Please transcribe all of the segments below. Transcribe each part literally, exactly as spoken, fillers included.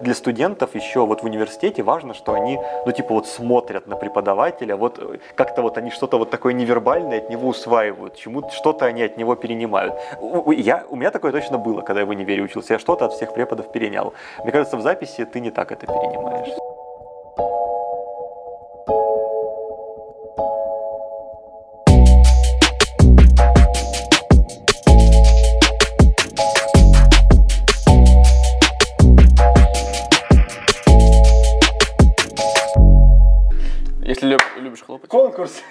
для студентов еще вот в университете важно, что они, ну типа вот смотрят на преподавателя, вот как-то вот они что-то вот такое невербальное от него усваивают, чему что-то они от него перенимают. Я, у меня такое точно было, когда я в универе учился, я что-то от всех преподов перенял. Мне кажется, в записи ты не так это перенимаешь. Если любишь хлопать. Конкурс!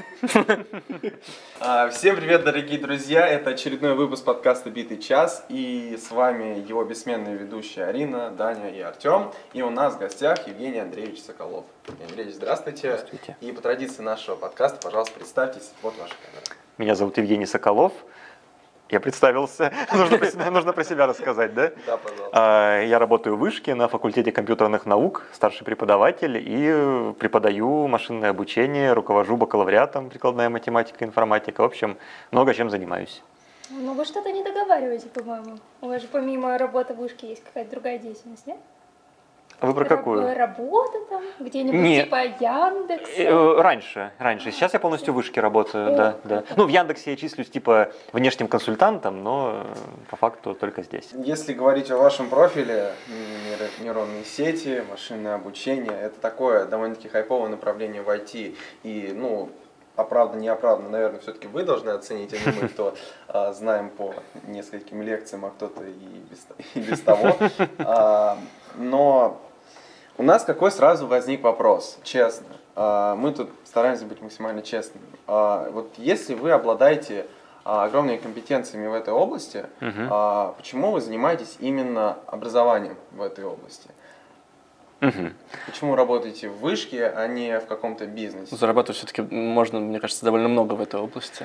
Всем привет, дорогие друзья! Это очередной выпуск подкаста «Битый час». И с вами его бессменные ведущие Арина, Даня и Артем. И у нас в гостях Евгений Андреевич Соколов. Евгений Андреевич, здравствуйте. Здравствуйте. И по традиции нашего подкаста, пожалуйста, представьтесь. Вот ваша камера. Меня зовут Евгений Соколов. Я представился. нужно, про себя, нужно про себя рассказать, да? Да, пожалуйста. Я работаю в Вышке на факультете компьютерных наук, старший преподаватель, и преподаю машинное обучение, руковожу бакалавриатом, прикладная математика, информатика. В общем, много чем занимаюсь. Ну вы что-то не договариваете, по-моему. У вас же помимо работы в Вышке есть какая-то другая деятельность, нет? А вы про какую? Работа там, где-нибудь Нет. типа Яндекса? Раньше, раньше. Сейчас я полностью в Вышке работаю, О, да, да. Ну, в Яндексе я числюсь типа внешним консультантом, но по факту только здесь. Если говорить о вашем профиле, нейронные сети, машинное обучение, это такое довольно-таки хайповое направление в ай ти. И, ну, оправданно, неоправданно, наверное, все-таки вы должны оценить, а не мы, кто а, знаем по нескольким лекциям, а кто-то и без, и без того. А, но у нас какой сразу возник вопрос, честно. А, мы тут стараемся быть максимально честными. А, вот если вы обладаете а, огромными компетенциями в этой области, uh-huh. а, почему вы занимаетесь именно образованием в этой области? Угу. Почему работаете в Вышке, а не в каком-то бизнесе? Зарабатывать все-таки можно, мне кажется, довольно много в этой области.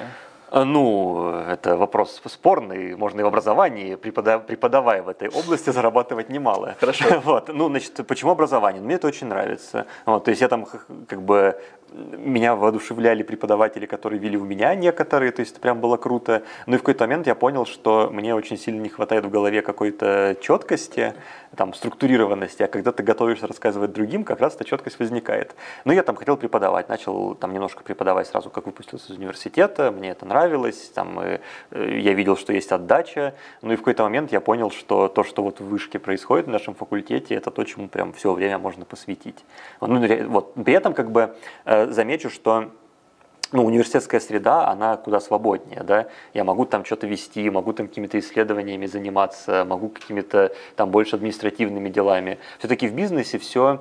Ну, это вопрос спорный, можно и в образовании, преподав... преподавая в этой области, зарабатывать немало. Хорошо. Вот. Ну, значит, почему образование? Мне это очень нравится. Вот, то есть я там как бы... Меня воодушевляли преподаватели, которые вели у меня некоторые, то есть это прям было круто. Ну и в какой-то момент я понял, что мне очень сильно не хватает в голове какой-то четкости, там, структурированности, а когда ты готовишься рассказывать другим, как раз эта четкость возникает. Ну я там хотел преподавать, начал там немножко преподавать сразу, как выпустился из университета, мне это нравилось, там, и, я видел, что есть отдача, ну и в какой-то момент я понял, что то, что вот в Вышке происходит в нашем факультете, это то, чему прям все время можно посвятить. Ну, вот. При этом как бы замечу, что ну, университетская среда, она куда свободнее, да, я могу там что-то вести, могу там какими-то исследованиями заниматься, могу какими-то там больше административными делами. Все-таки в бизнесе все,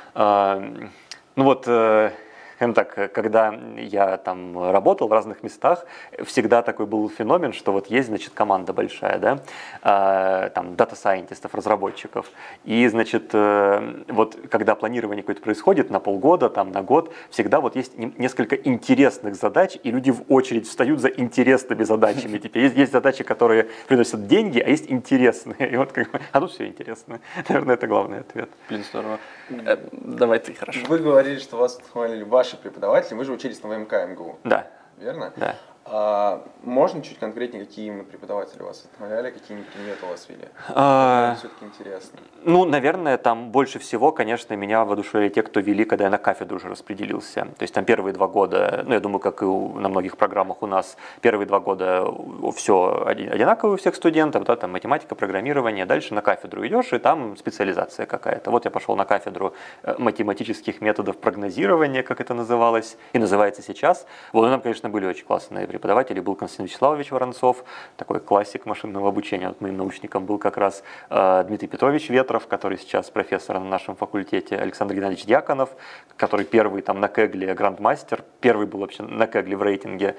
э, ну вот, э, так, когда я там работал в разных местах, всегда такой был феномен, что вот есть, значит, команда большая, да, э, там, дата-сайентистов, разработчиков, и, значит, э, вот когда планирование какое-то происходит на полгода, там, на год, всегда вот есть несколько интересных задач, и люди в очередь встают за интересными задачами. Теперь есть, есть задачи, которые приносят деньги, а есть интересные, и вот как бы, а тут все интересно. Наверное, это главный ответ. Блин, здорово. Э, давай ты, хорошо. Вы говорили, что вас хвалили ваши преподаватели, вы же учились на ВМК МГУ. Да. Верно? Да. А, можно чуть конкретнее, какие именно преподаватели вас отмоляли, какие предметы у вас вели? А, все-таки интересно. Ну, наверное, там больше всего, конечно, меня воодушевили те, кто вели, когда я на кафедру уже распределился. То есть там первые два года, ну, я думаю, как и у, на многих программах у нас, первые два года все одинаково у всех студентов, да, там математика, программирование, дальше на кафедру идешь, и там специализация какая-то. Вот я пошел на кафедру математических методов прогнозирования, как это называлось, и называется сейчас. Вот у нас, конечно, были очень классные преподаватели, был Константин Вячеславович Воронцов, такой классик машинного обучения, вот моим научником был как раз э, Дмитрий Петрович Ветров, который сейчас профессор на нашем факультете, Александр Геннадьевич Дьяконов, который первый там на Кегле грандмастер, первый был вообще на Кегле в рейтинге,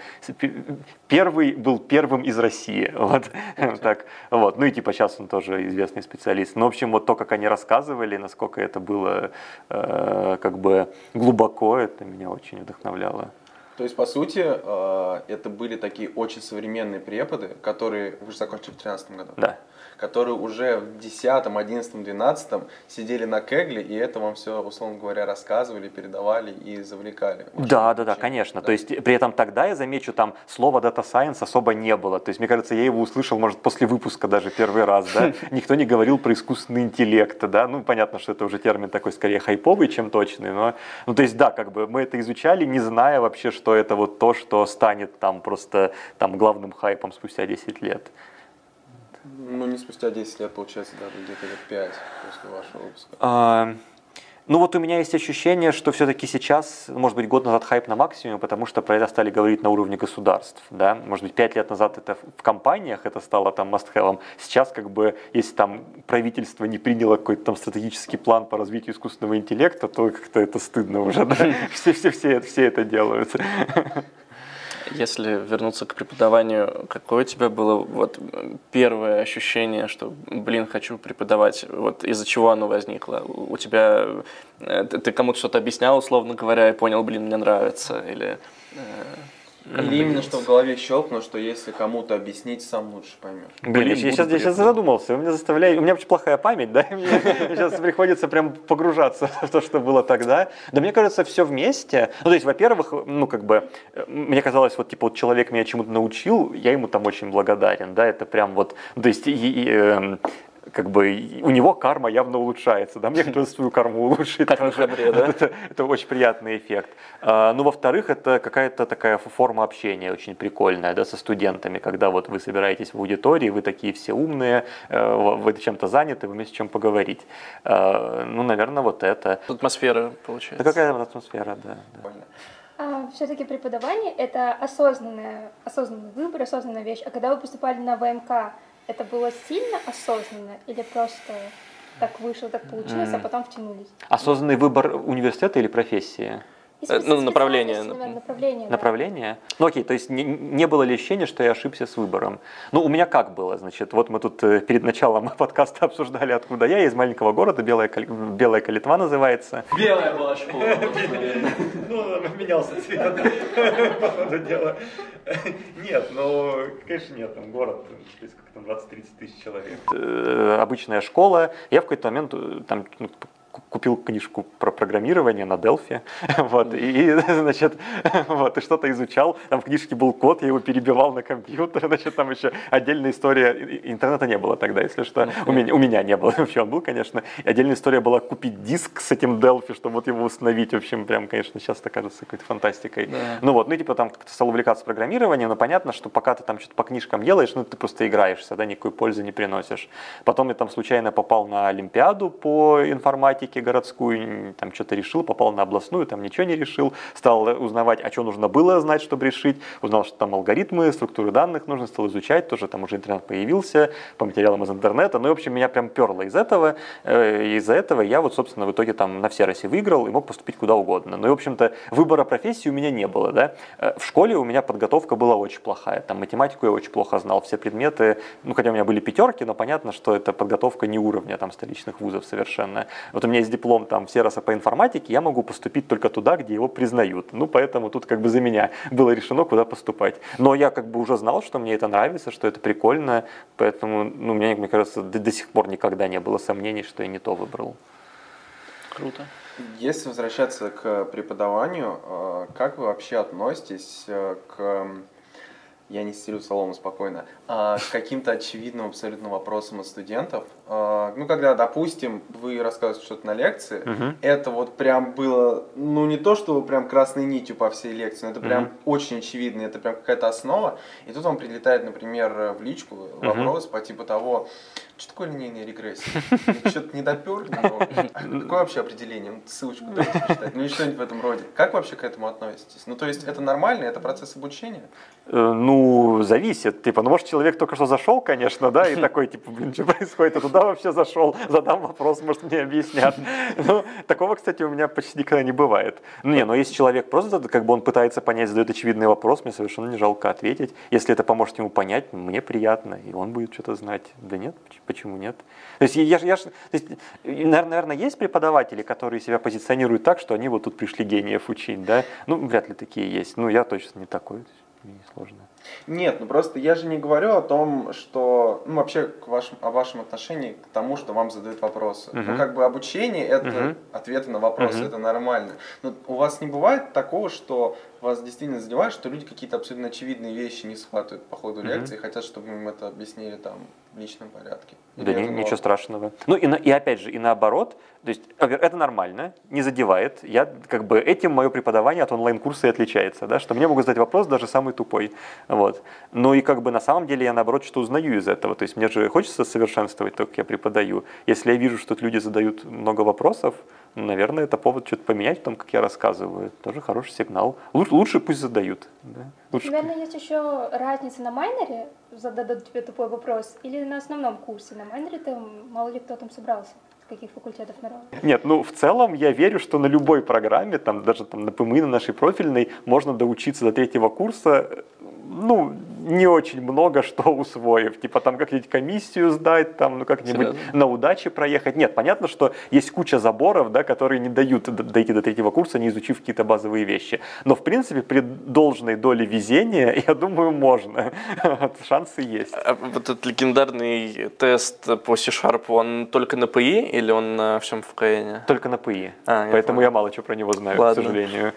первый был первым из России, вот, так, вот, ну и типа сейчас он тоже известный специалист. Ну, в общем, вот то, как они рассказывали, насколько это было э, как бы глубоко, это меня очень вдохновляло. То есть, по сути, это были такие очень современные преподы, которые вы же закончили в две тысячи тринадцатом году. Да. которые уже в десятом, одиннадцатом, двенадцатом сидели на кегле, и это вам все, условно говоря, рассказывали, передавали и завлекали. Да, да, да, конечно. Да. То есть при этом тогда, я замечу, там слова Data Science особо не было. То есть, мне кажется, я его услышал, может, после выпуска даже первый раз, да. Никто не говорил про искусственный интеллект, да. Ну, понятно, что это уже термин такой скорее хайповый, чем точный, но, ну, то есть, да, как бы мы это изучали, не зная вообще, что это вот то, что станет там просто там главным хайпом спустя десять лет. Ну, не спустя десять лет, получается, даже где-то лет пять после вашего выпуска. А, ну вот у меня есть ощущение, что все-таки сейчас, может быть, год назад хайп на максимуме, потому что про это стали говорить на уровне государств, да, может быть, пять лет назад это в компаниях это стало там must-have, сейчас как бы, если там правительство не приняло какой-то там стратегический план по развитию искусственного интеллекта, то как-то это стыдно уже, да, все, все, все, все это делают. Если вернуться к преподаванию, какое у тебя было вот первое ощущение, что, блин, хочу преподавать, вот из-за чего оно возникло? У тебя, ты кому-то что-то объяснял, условно говоря, и понял, блин, мне нравится, или... Или именно что в голове щелкнуло, что если кому-то объяснить, сам лучше поймешь. Блин, я, сейчас, я сейчас задумался, вы меня заставляете, у меня очень плохая память, да, мне сейчас приходится прям погружаться в то, что было тогда. Да мне кажется, все вместе, ну то есть, во-первых, ну как бы, мне казалось, вот типа вот человек меня чему-то научил, я ему там очень благодарен, да, это прям вот, то есть, и, и, э, как бы у него карма явно улучшается, да, мне хотелось свою карму улучшить. Как на добре, да? это, это очень приятный эффект. А, ну, во-вторых, это какая-то такая форма общения очень прикольная, да, со студентами, когда вот вы собираетесь в аудитории, вы такие все умные, вы чем-то заняты, вы вместе чем поговорить. А, ну, наверное, вот это. Атмосфера, получается. Да, какая атмосфера, да. да. А, все-таки преподавание — это осознанная, осознанный выбор, осознанная вещь. А когда вы поступали на ВМК, это было сильно осознанно или просто так вышло, так получилось, mm. а потом втянулись? Осознанный выбор университета или профессии? Ну, направление. Направление, да. Направление? Ну окей, то есть не, не было ли ощущения, что я ошибся с выбором? Ну, у меня как было, значит, вот мы тут перед началом подкаста обсуждали, откуда я, я из маленького города, Белая, Белая Калитва называется. Белая была школа. Ну, менялся цвет, по ходу дела. Нет, ну, конечно, нет, там город, сколько там, двадцать-тридцать тысяч человек. Обычная школа, я в какой-то момент там купил книжку про программирование на Delphi, вот, и, значит, вот, и что-то изучал, там в книжке был код, я его перебивал на компьютер, значит, там еще отдельная история, интернета не было тогда, если что, okay. у, меня, у меня не было, вообще он был, конечно, и отдельная история была купить диск с этим Delphi, чтобы вот его установить, в общем, прям, конечно, сейчас это кажется какой-то фантастикой, yeah. ну вот, ну, и типа там как-то стал увлекаться программированием, но понятно, что пока ты там что-то по книжкам делаешь, ну, ты просто играешься, да, никакой пользы не приносишь. Потом я там случайно попал на Олимпиаду по информатике, городскую, там что-то решил, попал на областную, там ничего не решил, стал узнавать, а что нужно было знать, чтобы решить, узнал, что там алгоритмы, структуры данных нужно, стал изучать, тоже там уже интернет появился, по материалам из интернета, ну и в общем меня прям перло из этого, э, из-за этого я вот собственно в итоге там на Всеросе выиграл и мог поступить куда угодно, ну и в общем-то выбора профессии у меня не было, да, в школе у меня подготовка была очень плохая, там математику я очень плохо знал, все предметы, ну хотя у меня были пятерки, но понятно, что это подготовка не уровня там столичных вузов совершенно, вот у меня есть диплом там Всероса по информатике, я могу поступить только туда, где его признают. Ну, поэтому тут как бы за меня было решено, куда поступать. Но я как бы уже знал, что мне это нравится, что это прикольно, поэтому, ну, мне, мне кажется, до, до сих пор никогда не было сомнений, что я не то выбрал. Круто. Если возвращаться к преподаванию, как вы вообще относитесь к... Я не стелю солому спокойно. А, к каким-то очевидным абсолютно вопросам от студентов. А, ну, когда, допустим, вы рассказываете что-то на лекции, uh-huh. это вот прям было, ну, не то, что прям красной нитью по всей лекции, но это прям uh-huh. очень очевидно, это прям какая-то основа. И тут вам прилетает, например, в личку вопрос uh-huh. по типу того, что такое линейная регрессия? Что-то не допер? Какое вообще определение? Ссылочку дайте почитать. Ну, и что-нибудь в этом роде. Как вообще к этому относитесь? Ну, то есть, это нормально? Это процесс обучения? Ну, зависит. Типа, ну, может, человек только что зашел, конечно, да, и такой, типа, блин, что происходит? Я туда вообще зашел, задам вопрос, может, мне объяснят. Ну, такого, кстати, у меня почти никогда не бывает. Ну, не, но если человек просто, как бы он пытается понять, задает очевидный вопрос, мне совершенно не жалко ответить. Если это поможет ему понять, мне приятно, и он будет что-то знать. Да нет, почему нет? То есть, я, я, то есть, наверное, есть преподаватели, которые себя позиционируют так, что они вот тут пришли гениев учить, да? Ну, вряд ли такие есть. Ну, я точно не такой. Мне не сложно. Нет, ну просто я же не говорю о том, что, ну вообще к вашим, о вашем отношении к тому, что вам задают вопросы. Мгм. Ну как бы обучение это Мгм. ответы на вопросы, Мгм. это нормально. Но у вас не бывает такого, что вас действительно задевает, что люди какие-то абсолютно очевидные вещи не схватывают по ходу Мгм. лекции и хотят, чтобы им это объяснили там в личном порядке? Да Или не- это ничего норма? страшного. Ну и, на- и опять же, и наоборот, то есть во-первых, это нормально, не задевает. Я как бы этим мое преподавание от онлайн-курса и отличается, да, что мне могут задать вопрос даже самый тупой. Вот. Ну и как бы на самом деле я наоборот что узнаю из этого. То есть мне же хочется совершенствовать то, как я преподаю. Если я вижу, что люди задают много вопросов, ну, наверное, это повод что-то поменять в том, как я рассказываю. Тоже хороший сигнал. Лучше, лучше пусть задают. Да? Лучше... Наверное, есть еще разница на майнере, зададут тебе тупой вопрос, или на основном курсе. На майнере там мало ли кто там собрался, с каких факультетов народа. Нет, ну в целом я верю, что на любой программе, там даже там, на ПМИ, на нашей профильной, можно доучиться до третьего курса, ну, не очень много что усвоив. Типа там как-нибудь комиссию сдать, там, ну как-нибудь Серьезно? на удаче проехать. Нет, понятно, что есть куча заборов, да, которые не дают д- дойти до третьего курса, не изучив какие-то базовые вещи. Но в принципе при должной доле везения, я думаю, можно. Шансы есть. А вот этот легендарный тест по C-Sharp, он только на ПИ или он на всем ФКН? Только на ПИ. А, я Поэтому понял. я мало чего про него знаю, Ладно. к сожалению.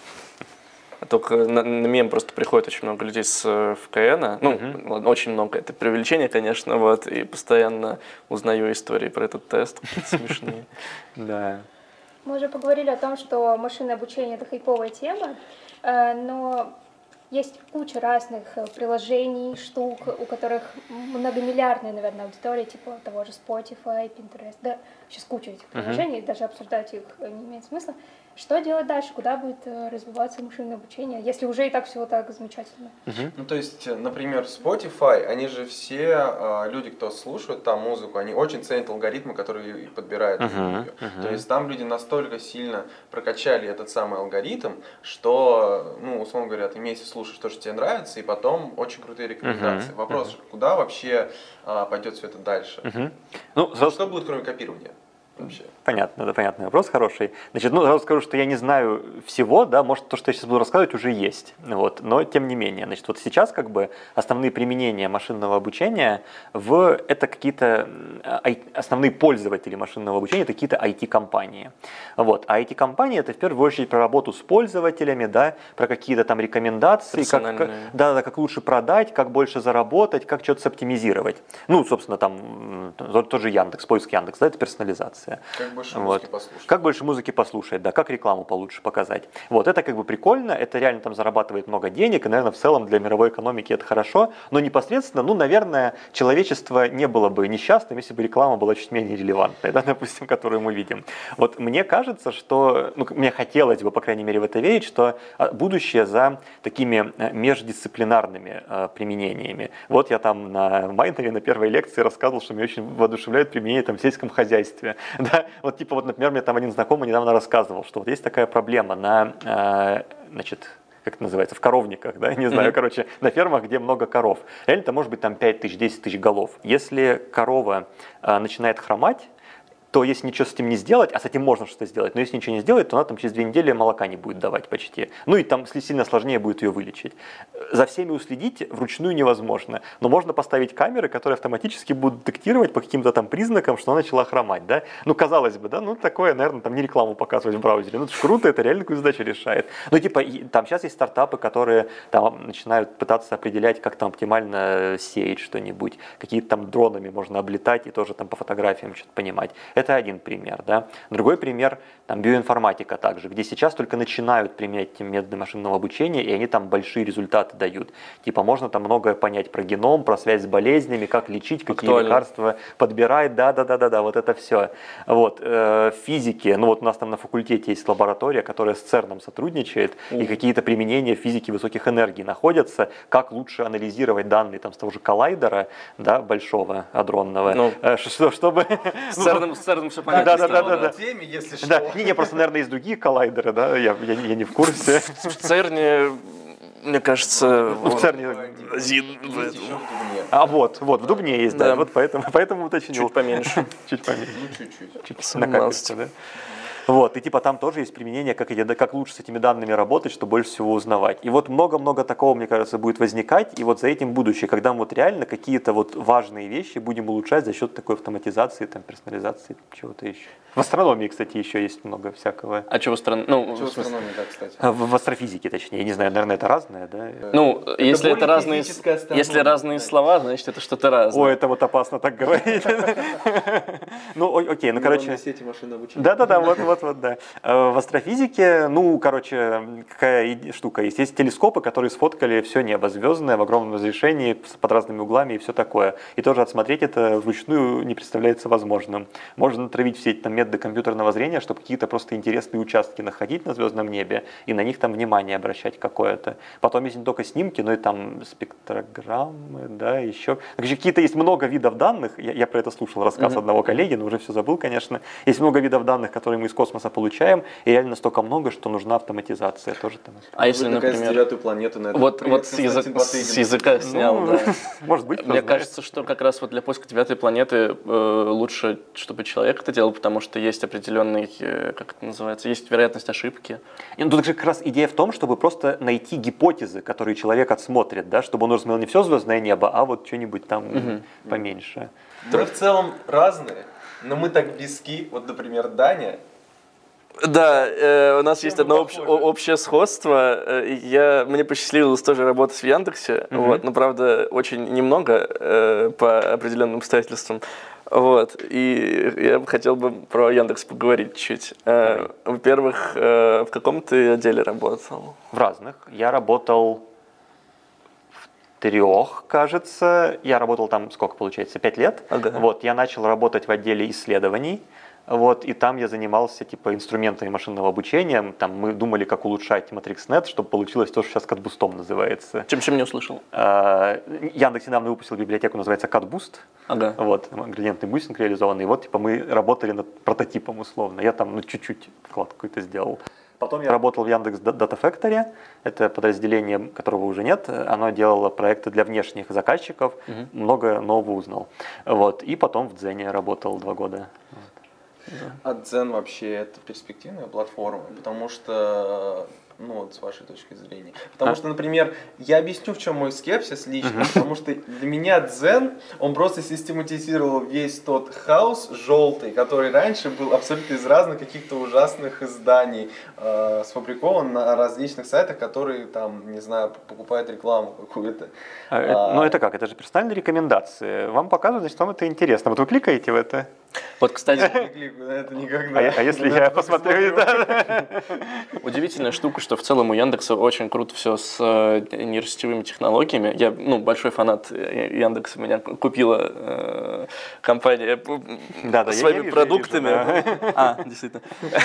А только на, на мем просто приходит очень много людей с э, ФКН. Ну, Мгм. ладно, очень много. Это преувеличение, конечно, вот. И постоянно узнаю истории про этот тест, какие-то смешные. Да. Мы уже поговорили о том, что машинное обучение — это хайповая тема, э, но есть куча разных э, приложений, штук, у которых многомиллиардная, наверное, аудитория, типа того же Spotify, Pinterest, да, сейчас куча этих приложений, даже обсуждать их э, не имеет смысла. Что делать дальше? Куда будет э, развиваться машинное обучение, если уже и так все так замечательно? Мгм. Ну, то есть, э, например, Spotify, они же все э, люди, кто слушают там музыку, они очень ценят алгоритмы, которые и подбирают Мгм, ее. мгм. То есть там люди настолько сильно прокачали этот самый алгоритм, что, ну, условно говоря, ты месяц слушаешь то, что тебе нравится, и потом очень крутые рекомендации. Мгм, Вопрос, куда вообще э, пойдет все это дальше? Мгм. Ну, А сразу- что будет, кроме копирования вообще? Понятно, да, понятный вопрос, хороший. Значит, ну, сразу скажу, что я не знаю всего, да, может, то, что я сейчас буду рассказывать, уже есть, вот, но тем не менее. Значит, вот сейчас как бы основные применения машинного обучения в, это какие-то м, ай- основные пользователи машинного обучения, это какие-то ай ти-компании. Вот, а ай ти-компании это в первую очередь про работу с пользователями, да, про какие-то там рекомендации, как, как, Персональные. да, да, как лучше продать, как больше заработать, как что-то соптимизировать. Ну, собственно, там м, тоже Яндекс, поиск Яндекс, да, это персонализация. Как больше Вот. музыки послушать? Как больше музыки послушать, да, как рекламу получше показать. Вот, это как бы прикольно, это реально там зарабатывает много денег, и, наверное, в целом для мировой экономики это хорошо, но непосредственно, ну, наверное, человечество не было бы несчастным, если бы реклама была чуть менее релевантной, да, допустим, которую мы видим. Вот мне кажется, что, ну, мне хотелось бы, по крайней мере, в это верить, что а, будущее за такими э, междисциплинарными э, применениями. Вот я там на майнере на первой лекции рассказывал, что меня очень воодушевляет применение там в сельском хозяйстве. Да, вот типа вот, например, мне там один знакомый недавно рассказывал, что вот есть такая проблема на, э, значит, как это называется, в коровниках, да, не знаю, Мгм. короче, на фермах, где много коров. Реально это может быть там пять тысяч, десять тысяч голов. Если корова э, начинает хромать, то если ничего с этим не сделать, а с этим можно что-то сделать, но если ничего не сделать, то она там через две недели молока не будет давать почти. Ну и там сильно сложнее будет ее вылечить. За всеми уследить вручную невозможно, но можно поставить камеры, которые автоматически будут детектировать по каким-то там признакам, что она начала хромать, да. Ну, казалось бы, да, ну такое, наверное, там не рекламу показывать в браузере, ну это ж круто, это реально какую задачу решает. Ну типа, и там сейчас есть стартапы, которые там начинают пытаться определять, как там оптимально сеять что-нибудь, какие-то там дронами можно облетать и тоже там по фотографиям что-то понимать. Это один пример, да. Другой пример, там, биоинформатика также, где сейчас только начинают применять эти методы машинного обучения, и они там большие результаты дают. Типа можно там многое понять про геном, про связь с болезнями, как лечить, какие Актуально. лекарства подбирать, да-да-да-да, вот это все. Вот, э, в физике, ну вот у нас там на факультете есть лаборатория, которая с ЦЕРНом сотрудничает, и какие-то применения физики высоких энергий находятся, как лучше анализировать данные там с того же коллайдера, да, большого адронного, Ну. э, что- чтобы... С ЦЕРНом, с ЦЕРНом все понятно. Да, да, стало, да, да. В теме, если что. Да, не, не, просто, наверное, есть другие коллайдеры, да, я, я, я не в курсе. В ЦЕРНе, мне кажется, Ну, в ЦЕРНе... один в Есть этом. еще в Дубне. А вот, вот, в Дубне есть, да, Да. вот поэтому, поэтому уточнил. Чуть поменьше. Чуть поменьше. Ну, чуть-чуть. Чуть Сомневался. на капельку, да. Вот, и типа там тоже есть применение, как, эти, как лучше с этими данными работать, чтобы больше всего узнавать. И вот много-много такого, мне кажется, будет возникать, и вот за этим будущее, когда мы вот реально какие-то вот важные вещи будем улучшать за счет такой автоматизации, там, персонализации, чего-то еще. В астрономии, кстати, еще есть много всякого. А чего стран... ну, Что в в смысле- астрономии, да, кстати? В, в астрофизике, точнее, я не знаю, наверное, это разное, да? Ну, если это более разные, физическая астрономия, если разные да. слова, значит это что-то разное. Ой, это вот опасно так говорить. Ну, о- окей, ну, короче... Нейронные сети машинного обучения. Да-да-да, вот-вот-вот, да. Э, В астрофизике, ну, короче, какая иде- штука есть. Есть телескопы, которые сфоткали все небо звездное в огромном разрешении, с- под разными углами и все такое. И тоже отсмотреть это вручную не представляется возможным. Можно натравить все эти там методы компьютерного зрения, чтобы какие-то просто интересные участки находить на звездном небе и на них там внимание обращать какое-то. Потом есть не только снимки, но и там спектрограммы, да, еще. Короче, какие-то есть много видов данных. Я, я про это слушал рассказ Мгм. одного коллеги, но уже все забыл, конечно. Есть много видов данных, которые мы из космоса получаем, и реально настолько много, что нужна автоматизация тоже там. А если, Вы, наконец, например, девятую планету на этом. вот, Привет, вот с, язык- Константин с Батыгин. языка снял, Ну, да. Может быть, кто Мне знает. кажется, что как раз вот для поиска девятой планеты э, лучше, чтобы человек это делал, потому что есть определенный, э, как это называется, есть вероятность ошибки. И, ну, тут же как раз идея в том, чтобы просто найти гипотезы, которые человек отсмотрит, да, чтобы он рассмотрел не все звездное небо, а вот что-нибудь там Мгм. поменьше. Мы в целом разные, но мы так близки. Вот, например, Даня. Да, э, у нас Чем есть вы одно общ- похожи? о- общее сходство. Э, Я, мне посчастливилось тоже работать в Яндексе, Мгм. вот, но, правда, очень немного э, по определенным обстоятельствам. Вот, и я бы хотел бы про Яндекс поговорить чуть. Э, Давай. Во-первых, э, в каком ты отделе работал? В разных. Я работал в трех, кажется. Я работал там, сколько получается, пять лет. Ага. Вот, я начал работать в отделе исследований. Вот, и там я занимался типа инструментами машинного обучения. Там мы думали, как улучшать MatrixNet, чтобы получилось то, что сейчас CatBoost'ом называется. Чем, чем не услышал? А, Яндекс недавно выпустил библиотеку, называется CatBoost. Ага. Вот, градиентный бустинг реализованный. И вот, типа, мы работали над прототипом условно. Я там, ну, чуть-чуть вклад какой-то сделал. Потом я работал в Яндекс Data Factory. Это подразделение, которого уже нет. Оно делало проекты для внешних заказчиков. Мгм. Много нового узнал. Вот. И потом в Дзене работал два года. А Дзен вообще это перспективная платформа, потому что, ну вот с вашей точки зрения. Потому А? что, например, я объясню, в чем мой скепсис лично, потому что для меня Дзен, он просто систематизировал весь тот хаос желтый, который раньше был абсолютно из разных каких-то ужасных изданий, э, сфабрикован на различных сайтах, которые там, не знаю, покупают рекламу какую-то. А, э, А. Ну, это как? Это же персональные рекомендации. Вам показывают, значит, вам это интересно. Вот вы кликаете в это. Вот, кстати, Не кликаю на это никогда. А, я- а если На я это посмотрю, посмотрю. да? удивительная штука, что в целом у Яндекса очень круто все с э, нейросетевыми технологиями. Я, ну, большой фанат э, Яндекса, меня ку- купила э, компания п- Да, да, я- своими я вижу, продуктами. я вижу, А, действительно.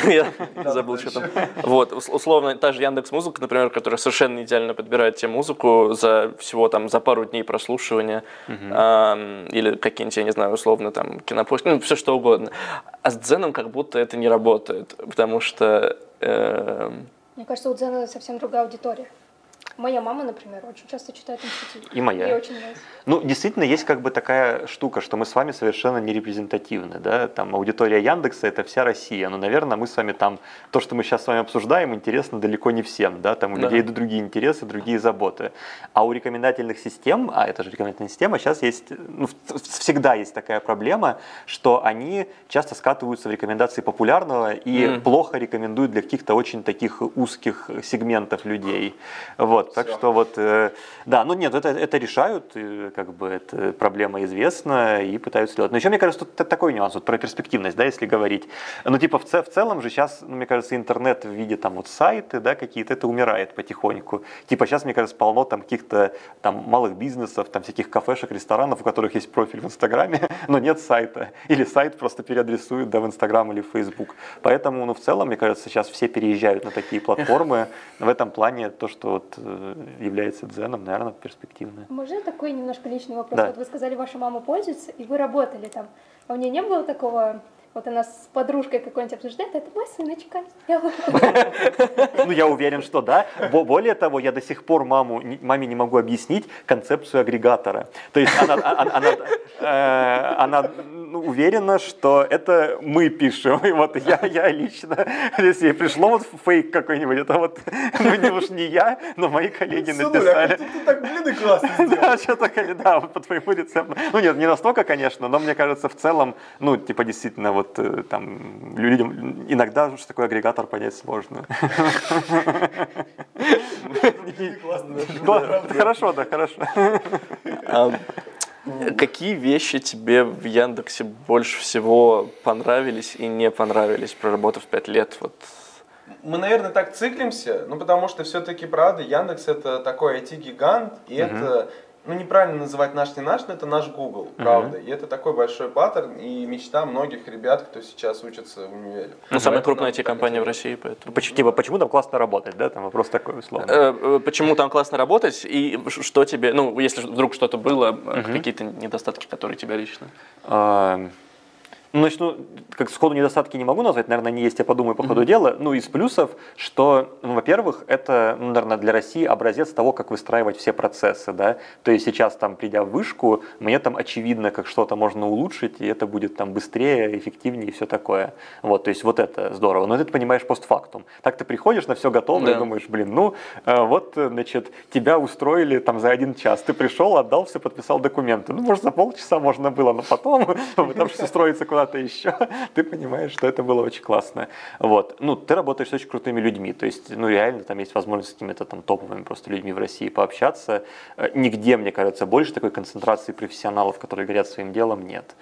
Я забыл, что там. Вот, ус- условно, та же Яндекс.Музыка, например, которая совершенно идеально подбирает тебе музыку за всего там за пару дней прослушивания, ам, или какие-нибудь, я не знаю, условно, там, кинопоиск, ну, все что угодно. А с Дзеном как будто это не работает, потому что эм, Мне кажется, у Дзена совсем другая аудитория. Моя мама, например, очень часто читает там статьи. И моя. Ей очень нравится. Ну, действительно, есть как бы такая штука, что мы с вами совершенно не репрезентативны, да, там аудитория Яндекса — это вся Россия, но, наверное, мы с вами там, то, что мы сейчас с вами обсуждаем, интересно далеко не всем, да, там у Да. людей другие интересы, другие заботы, а у рекомендательных систем, а это же рекомендательная система, сейчас есть, ну, в- всегда есть такая проблема, что они часто скатываются в рекомендации популярного и Мгм. плохо рекомендуют для каких-то очень таких узких сегментов людей, вот, так Всё. что вот, э, да, ну нет, это, это решают, и, как бы эта проблема известна и пытаются сделать. Но еще, мне кажется, тут т- такой нюанс, вот про перспективность, да, если говорить. Ну, типа, в, ц- в целом же сейчас, ну, мне кажется, интернет в виде там вот сайты, да, какие-то, это умирает потихоньку. Типа, сейчас, мне кажется, полно там каких-то там малых бизнесов, там всяких кафешек, ресторанов, у которых есть профиль в Инстаграме, но нет сайта. Или сайт просто переадресуют, да, в Инстаграм или в Фейсбук. Поэтому, ну, в целом, мне кажется, сейчас все переезжают на такие платформы. В этом плане то, что вот э, является дзеном, наверное, перспективно. Можно такой немножко личный вопрос? Да. Вот вы сказали, ваша мама пользуется, и вы работали там. А у нее не было такого Вот она с подружкой какой-нибудь обсуждает, это моя сыночка сделала. Ну, я уверен, что да. Бо- Более того, я до сих пор маму, не- маме не могу объяснить концепцию агрегатора. То есть она, она, она, э, она, ну, уверена, что это мы пишем. И вот я, я лично, если пришло вот фейк какой-нибудь, это вот, ну, не уж не я, но мои коллеги Сынуля, написали. как ты так блины классно сделал. Да, что-то, да, по твоему рецепту. Ну нет, не настолько, конечно, но мне кажется, в целом, ну, типа, действительно, вот э, там, людям иногда что такое агрегатор понять сложно. Хорошо, да, хорошо. А какие вещи тебе в Яндексе больше всего понравились и не понравились, проработав пять лет? Вот. Мы, наверное, так циклимся, ну, потому что все-таки, правда, Яндекс это такой ай ти-гигант, и uh-huh. это, ну, неправильно называть наш не наш, но это наш Google, правда. Uh-huh. И это такой большой паттерн и мечта многих ребят, кто сейчас учится в универе. Ну, самая крупная ай ти-компания в России, поэтому. Почему, типа, почему там классно работать, да? Там вопрос такой, условно. Э, почему там классно работать, и что тебе, ну, если вдруг что-то было, uh-huh. какие-то недостатки, которые тебя лично? Uh... Ну, начну, как сходу недостатки не могу назвать, наверное, они есть, я подумаю по ходу mm-hmm. дела. Ну, из плюсов, что, ну, во-первых, это, ну, наверное, для России образец того, как выстраивать все процессы, да. То есть сейчас, там, придя в вышку, мне там очевидно, как что-то можно улучшить, и это будет там быстрее, эффективнее и все такое. Вот, то есть вот это здорово. Но это ты понимаешь постфактум. Так ты приходишь на все готово да. и думаешь, блин, ну, вот, значит, тебя устроили там за один час. Ты пришел, отдал все, подписал документы. Ну, может, за полчаса можно было, но потом, потому что устроиться куда-то еще, ты понимаешь, что это было очень классно. Вот. Ну, ты работаешь с очень крутыми людьми, то есть, ну, реально, там есть возможность с какими-то там топовыми просто людьми в России пообщаться. Нигде, мне кажется, больше такой концентрации профессионалов, которые горят своим делом, нет.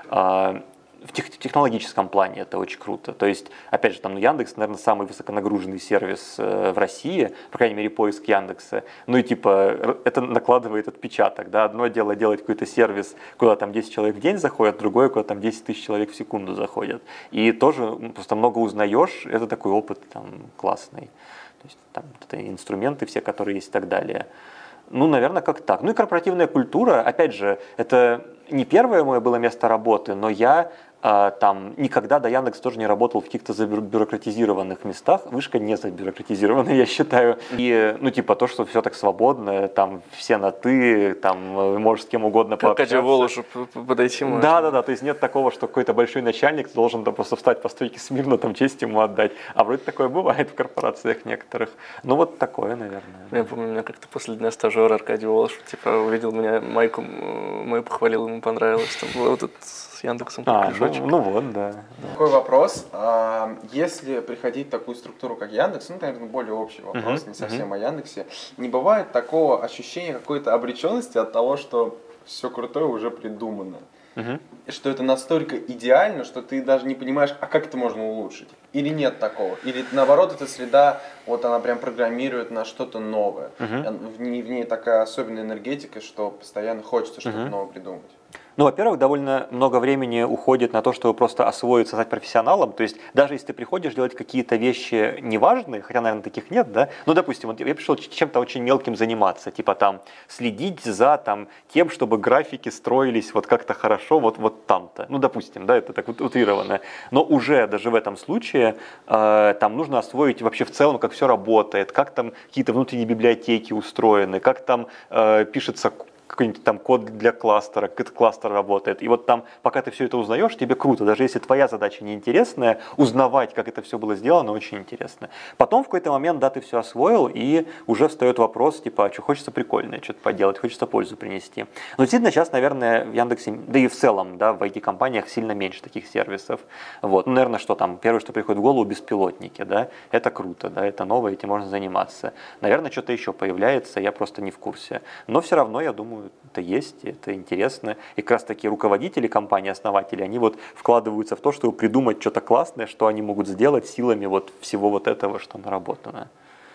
В технологическом плане это очень круто. То есть, опять же, там, ну, Яндекс, наверное, самый высоконагруженный сервис э, в России, по крайней мере, поиск Яндекса. Ну и типа, это накладывает отпечаток, да. Одно дело делать какой-то сервис, куда там десять человек в день заходят, другое, куда там десять тысяч человек в секунду заходят. И тоже ну, просто много узнаешь, это такой опыт там классный. То есть, там это инструменты все, которые есть и так далее. Ну, наверное, как так. Ну и корпоративная культура, опять же, это не первое мое было место работы, но я э, там никогда до Яндекса тоже не работал в каких-то забюрократизированных местах. Вышка не забюрократизированная, я считаю. И, ну, типа, то, что все так свободно, там, все на «ты», там, можешь с кем угодно как пообщаться. Катя Волошу подойти можно. Да, да, да, то есть нет такого, что какой-то большой начальник должен да, просто встать по стойке смирно, там, честь ему отдать. А вроде такое бывает в корпорациях некоторых. Ну, вот такое, наверное. Я помню, меня как-то после дня стажера Аркадий Волош, типа, увидел меня, майку мою похвалил, ему понравилось. Там был вот этот с Яндексом а, кружочек. ну, ну вот, да. Такой вопрос. А, если приходить в такую структуру, как Яндекс, ну, наверное, более общий вопрос, uh-huh, не совсем uh-huh. о Яндексе, не бывает такого ощущения какой-то обреченности от того, что все крутое уже придумано. Uh-huh. Что это настолько идеально, что ты даже не понимаешь, а как это можно улучшить? Или нет такого? Или наоборот, эта среда, вот она прям программирует на что-то новое. Uh-huh. В ней, в ней такая особенная энергетика, что постоянно хочется что-то uh-huh. новое придумать. Ну, во-первых, довольно много времени уходит на то, чтобы просто освоиться, стать профессионалом. То есть даже если ты приходишь делать какие-то вещи неважные, хотя, наверное, таких нет, да, ну, допустим, вот я пришел чем-то очень мелким заниматься, типа там следить за там, тем, чтобы графики строились вот как-то хорошо вот, вот там-то. Ну, допустим, да, это так вот утрированно. Но уже даже в этом случае э, там нужно освоить вообще в целом, как все работает, как там какие-то внутренние библиотеки устроены, как там э, пишется какой-нибудь там код для кластера, как этот кластер работает. И вот там, пока ты все это узнаешь, тебе круто. Даже если твоя задача неинтересная, узнавать, как это все было сделано, очень интересно. Потом в какой-то момент, да, ты все освоил, и уже встает вопрос, типа, а что, хочется прикольное что-то поделать, хочется пользу принести. Но действительно, сейчас, наверное, в Яндексе, да и в целом, да, в ай ти-компаниях сильно меньше таких сервисов. Вот. Ну, наверное, что там, первое, что приходит в голову, беспилотники, да, это круто, да, это новое, этим можно заниматься. Наверное, что-то еще появляется, я просто не в курсе. Но все равно, я думаю, это есть, это интересно. И как раз таки руководители компании, основатели, они вот вкладываются в то, чтобы придумать что-то классное, что они могут сделать силами вот всего вот этого, что наработано.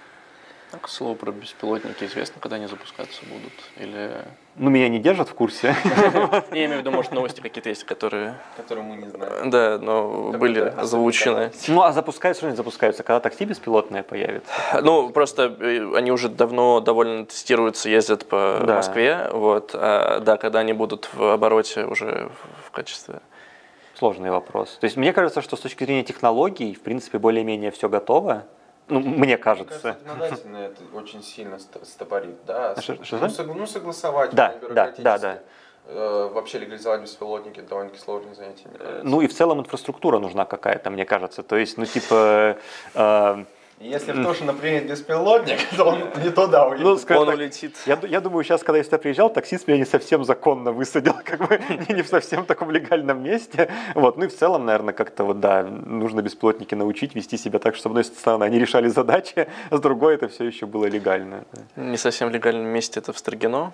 Так, к слову, про беспилотники известно, когда они запускаться будут? Или... Ну, меня не держат в курсе. Я имею в виду, может, новости какие-то есть, которые... Которые мы не знаем. Да, но были озвучены. Ну, а запускаются, что они запускаются? Когда такси беспилотное появится? Ну, просто они уже давно довольно тестируются, ездят по Москве. Вот. Да, когда они будут в обороте уже в качестве... Сложный вопрос. То есть мне кажется, что с точки зрения технологий, в принципе, более-менее все готово. Ну, мне кажется. Мне кажется, законодательно это очень сильно ст- стопорит, да. А что- Ну, что за? сог- ну, согласовать Да, именно да, да, бюрократически. да. Э, Вообще легализовать беспилотники довольно-таки сложное занятие. мне кажется. Ну и в целом инфраструктура нужна какая-то, мне кажется. То есть, ну типа... э, Если в Тушино принят беспилотник, то он не туда уедет. Ну, скажем Он так, улетит. Я, ду- я думаю, сейчас, когда я сюда приезжал, таксист меня не совсем законно высадил, как бы не не в совсем таком легальном месте. Вот. Ну и в целом, наверное, как-то вот, да, нужно беспилотники научить вести себя так, что, с одной стороны, они решали задачи, а с другой это все еще было легально. Не совсем в легальном месте это в Строгино.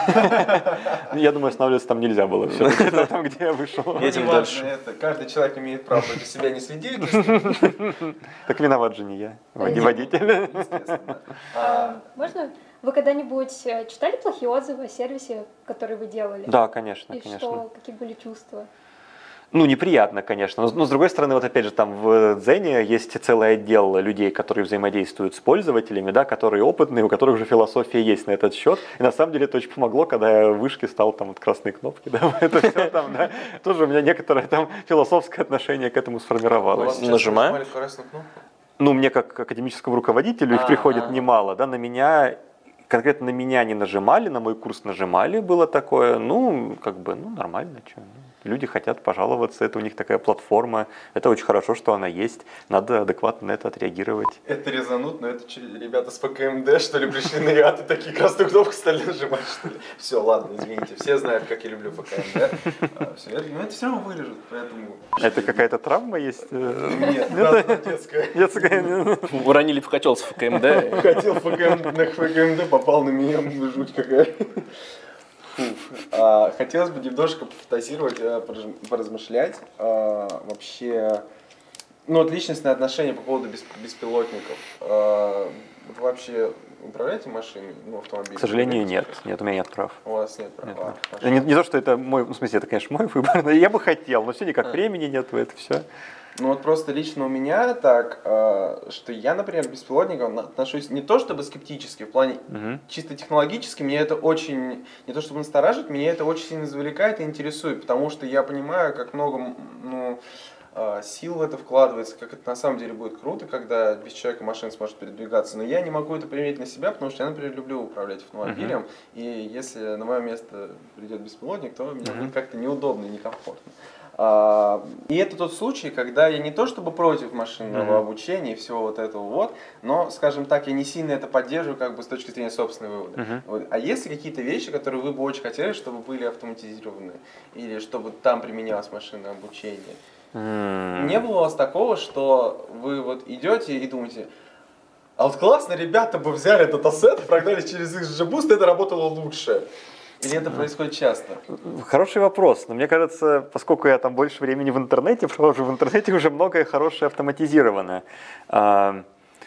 Ну, Я думаю, останавливаться там нельзя было все там, где я вышел. Ну, Едем неважно, дальше. это, каждый человек имеет право против себя не свидетельствовать, Так виноват же не я, води- водитель. естественно. А, А, можно? Вы когда-нибудь э, читали плохие отзывы о сервисе, который вы делали? Да, конечно, И конечно. что, какие были чувства? Ну, неприятно, конечно. Но, но с другой стороны, вот опять же, там в Дзене есть целый отдел людей, которые взаимодействуют с пользователями, да, которые опытные, у которых уже философия есть на этот счет. И на самом деле это очень помогло, когда я в вышке стал там вот красные кнопки, да, это все там, да. Тоже у меня некоторое там философское отношение к этому у вас сформировалось. часто Нажимаем? нажимали красную кнопку? Ну, мне как академическому руководителю их А, приходит а. немало, да, на меня, конкретно на меня не нажимали, на мой курс нажимали, было такое, ну, как бы, ну, нормально, что, люди хотят пожаловаться, это у них такая платформа, это очень хорошо, что она есть, надо адекватно на это отреагировать. Это резанут, но это че, ребята с ПКМД, что ли, пришли на ИАТ и такие красную кнопку стали нажимать, что ли? Все, ладно, извините, все знают, как я люблю ПКМД. А, все, это, ну, это все равно вырежут, поэтому... Это какая-то травма есть? э, Нет, да, детская. Детская? Уронили в котел с ФКМД. Хотел ПКМ, на ПКМД, попал на меня, жуть какая. Фуф. А, хотелось бы немножко пофантазировать, а, пораж- поразмышлять. А, вообще, ну вот личностные отношения по поводу бес- беспилотников. А, вы вообще управляете машиной, ну, автомобилем? К сожалению, нет, нет, у меня нет прав. У вас нет права. Нет. А, Это Не, не то, что это мой, ну, в смысле, это, конечно, мой выбор, но я бы хотел, но все никак времени нет, это все. Ну вот просто лично у меня так, э, что я, например, к беспилотникам отношусь не то чтобы скептически, в плане Мгм. чисто технологически, меня это очень, не то чтобы настораживает, меня это очень сильно завлекает и интересует, потому что я понимаю, как много м, ну, э, сил в это вкладывается, как это на самом деле будет круто, когда без человека машина сможет передвигаться. Но я не могу это применить на себя, потому что я, например, люблю управлять автомобилем, и если на мое место придет беспилотник, то мне Мгм. будет как-то неудобно и некомфортно. А, И это тот случай, когда я не то чтобы против машинного Мгм. обучения и всего вот этого вот, но, скажем так, я не сильно это поддерживаю как бы с точки зрения собственной вывода. Мгм. Вот. А есть ли какие-то вещи, которые вы бы очень хотели, чтобы были автоматизированы, или чтобы там применялось машинное обучение? М. Не было у вас такого, что вы вот идете и думаете, а вот классно, ребята бы взяли датасет и прогнали через икс джи Boost, это работало лучше? Или это происходит часто? Хороший вопрос, но мне кажется, поскольку я там больше времени в интернете провожу, в интернете уже многое хорошее автоматизировано. А,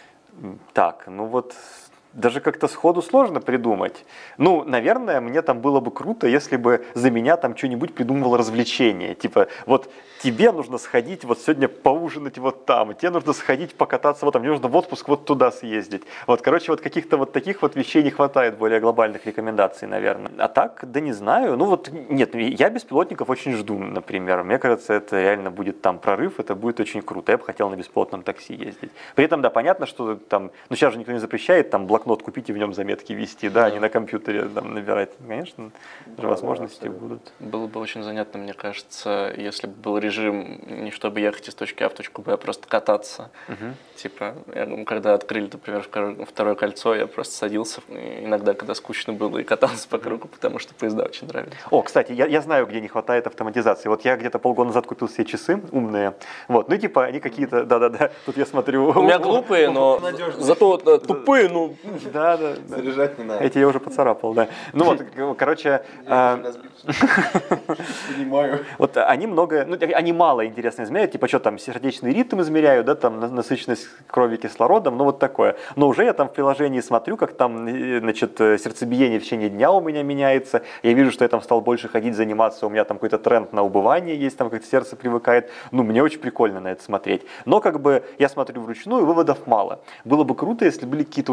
так, ну вот даже как-то сходу сложно придумать. Ну, наверное, мне там было бы круто, если бы за меня там что-нибудь придумывало развлечение. Типа, вот тебе нужно сходить вот сегодня поужинать вот там, тебе нужно сходить покататься вот там, мне нужно в отпуск вот туда съездить. Вот, короче, вот каких-то вот таких вот вещей не хватает, более глобальных рекомендаций, наверное. А так, да не знаю. Ну вот, нет, я беспилотников очень жду, например. Мне кажется, это реально будет там прорыв, это будет очень круто. Я бы хотел на беспилотном такси ездить. При этом, да, понятно, что там, ну сейчас же никто не запрещает там блокнот купить и в нем заметки вести, да, а не на компьютере там набирать. Конечно, же Да, возможности да, будут. Было бы очень занятно, мне кажется, если бы был режим не чтобы ехать из точки А в точку Б, а просто кататься. Мгм. Типа, я, ну, когда открыли, например, второе- второе кольцо, я просто садился, и иногда, когда скучно было, и катался по кругу, потому что поезда очень нравились. О, кстати, я, я знаю, где не хватает автоматизации. Вот я где-то полгода назад купил себе часы умные. Вот, ну типа они какие-то, да-да-да, тут я смотрю. У меня глупые, но Надежные. зато э, тупые, ну... Да, да, да. Заряжать не надо. Эти я уже поцарапал, да. Ну вот, к- короче, Я а, уже разбился. Понимаю. вот они много, ну они мало интересно измеряют, типа что там, сердечный ритм измеряют, да, там на- насыщенность крови кислородом, ну вот такое. Но уже я там в приложении смотрю, как там, э, значит, э, сердцебиение в течение дня у меня меняется. Я вижу, что я там стал больше ходить, заниматься, у меня там какой-то тренд на убывание есть, там как-то сердце привыкает. Ну, мне очень прикольно на это смотреть. Но как бы я смотрю вручную, выводов мало. Было бы круто, если были какие-то устройства, которые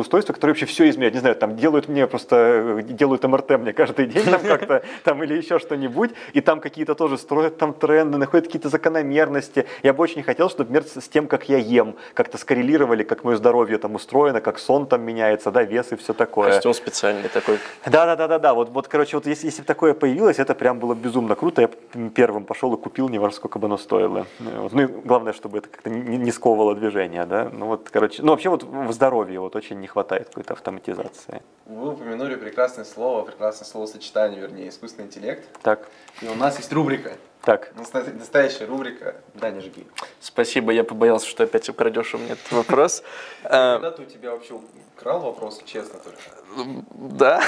которые вообще все изменяют, не знаю, там делают мне просто, делают эм эр тэ мне каждый день там как-то, там или еще что-нибудь, и там какие-то тоже строят там тренды, находят какие-то закономерности. Я бы очень хотел, чтобы, например, с тем, как я ем, как-то скоррелировали, как мое здоровье там устроено, как сон там меняется, да, вес и все такое. Костюм специальный такой. Да-да-да-да, вот, вот, короче, вот если, если бы такое появилось, это прям было безумно круто. Я первым пошел и купил, не важно, сколько бы оно стоило. Вот. Ну и главное, чтобы это как-то не, не сковывало движение, да. Ну вот, короче, ну вообще вот в здоровье вот очень не хватает какой-то автоматизации. Вы упомянули прекрасное слово, прекрасное словосочетание, вернее, искусственный интеллект. Так, И у нас есть рубрика, так. наста- настоящая рубрика «Да, не жги». Спасибо, я побоялся, что опять украдешь у меня этот вопрос. А, Когда-то у тебя вообще украл вопрос, честно только? Да,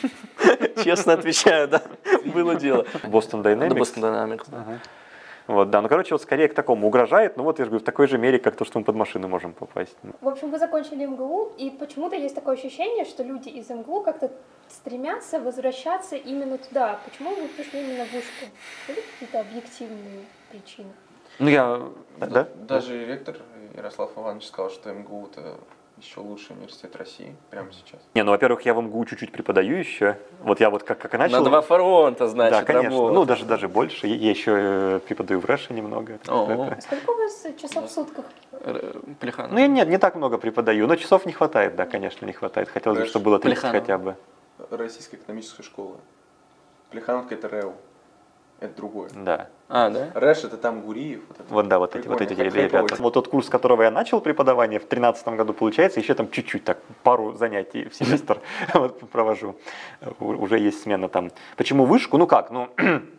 честно отвечаю, да, было дело. Boston Да, Dynamics. Boston Dynamics, да. Ага. Вот, да, ну короче, вот скорее к такому угрожает, но вот я же говорю, в такой же мере, как то, что мы под машины можем попасть. В общем, вы закончили эм гэ у, и почему-то есть такое ощущение, что люди из эм гэ у как-то стремятся возвращаться именно туда. Почему вы пришли именно в вышку? Были какие-то объективные причины? Ну я, да? Даже ректор Ярослав Иванович сказал, что эм гэ у это еще лучший университет России прямо сейчас. Не, ну во-первых, я в эм гэ у чуть-чуть преподаю еще. Вот я вот как, как и начал. На два фронта, значит, Да, конечно. работать. Ну, даже, даже больше. Я, я еще э, преподаю в Рэше немного. О. А сколько у вас часов в сутках? Р- Плеханов. Ну, я нет, не так много преподаю, но часов не хватает, да, конечно, не хватает. Хотелось бы, Рэш. чтобы было тридцать Плеханов. хотя бы. Российская экономическая школа. Плехановка это РЭУ. Это другое. Да. А, да? Рэш это там Гуриев. Вот, это Вот да, вот эти, вот эти прикольно, ребята. хайповый. Вот тот курс, с которого я начал преподавание в тринадцатом году, получается, еще там чуть-чуть, так, пару занятий в семестр вот, провожу. У- Уже есть смена там. Почему вышку? Ну как, ну...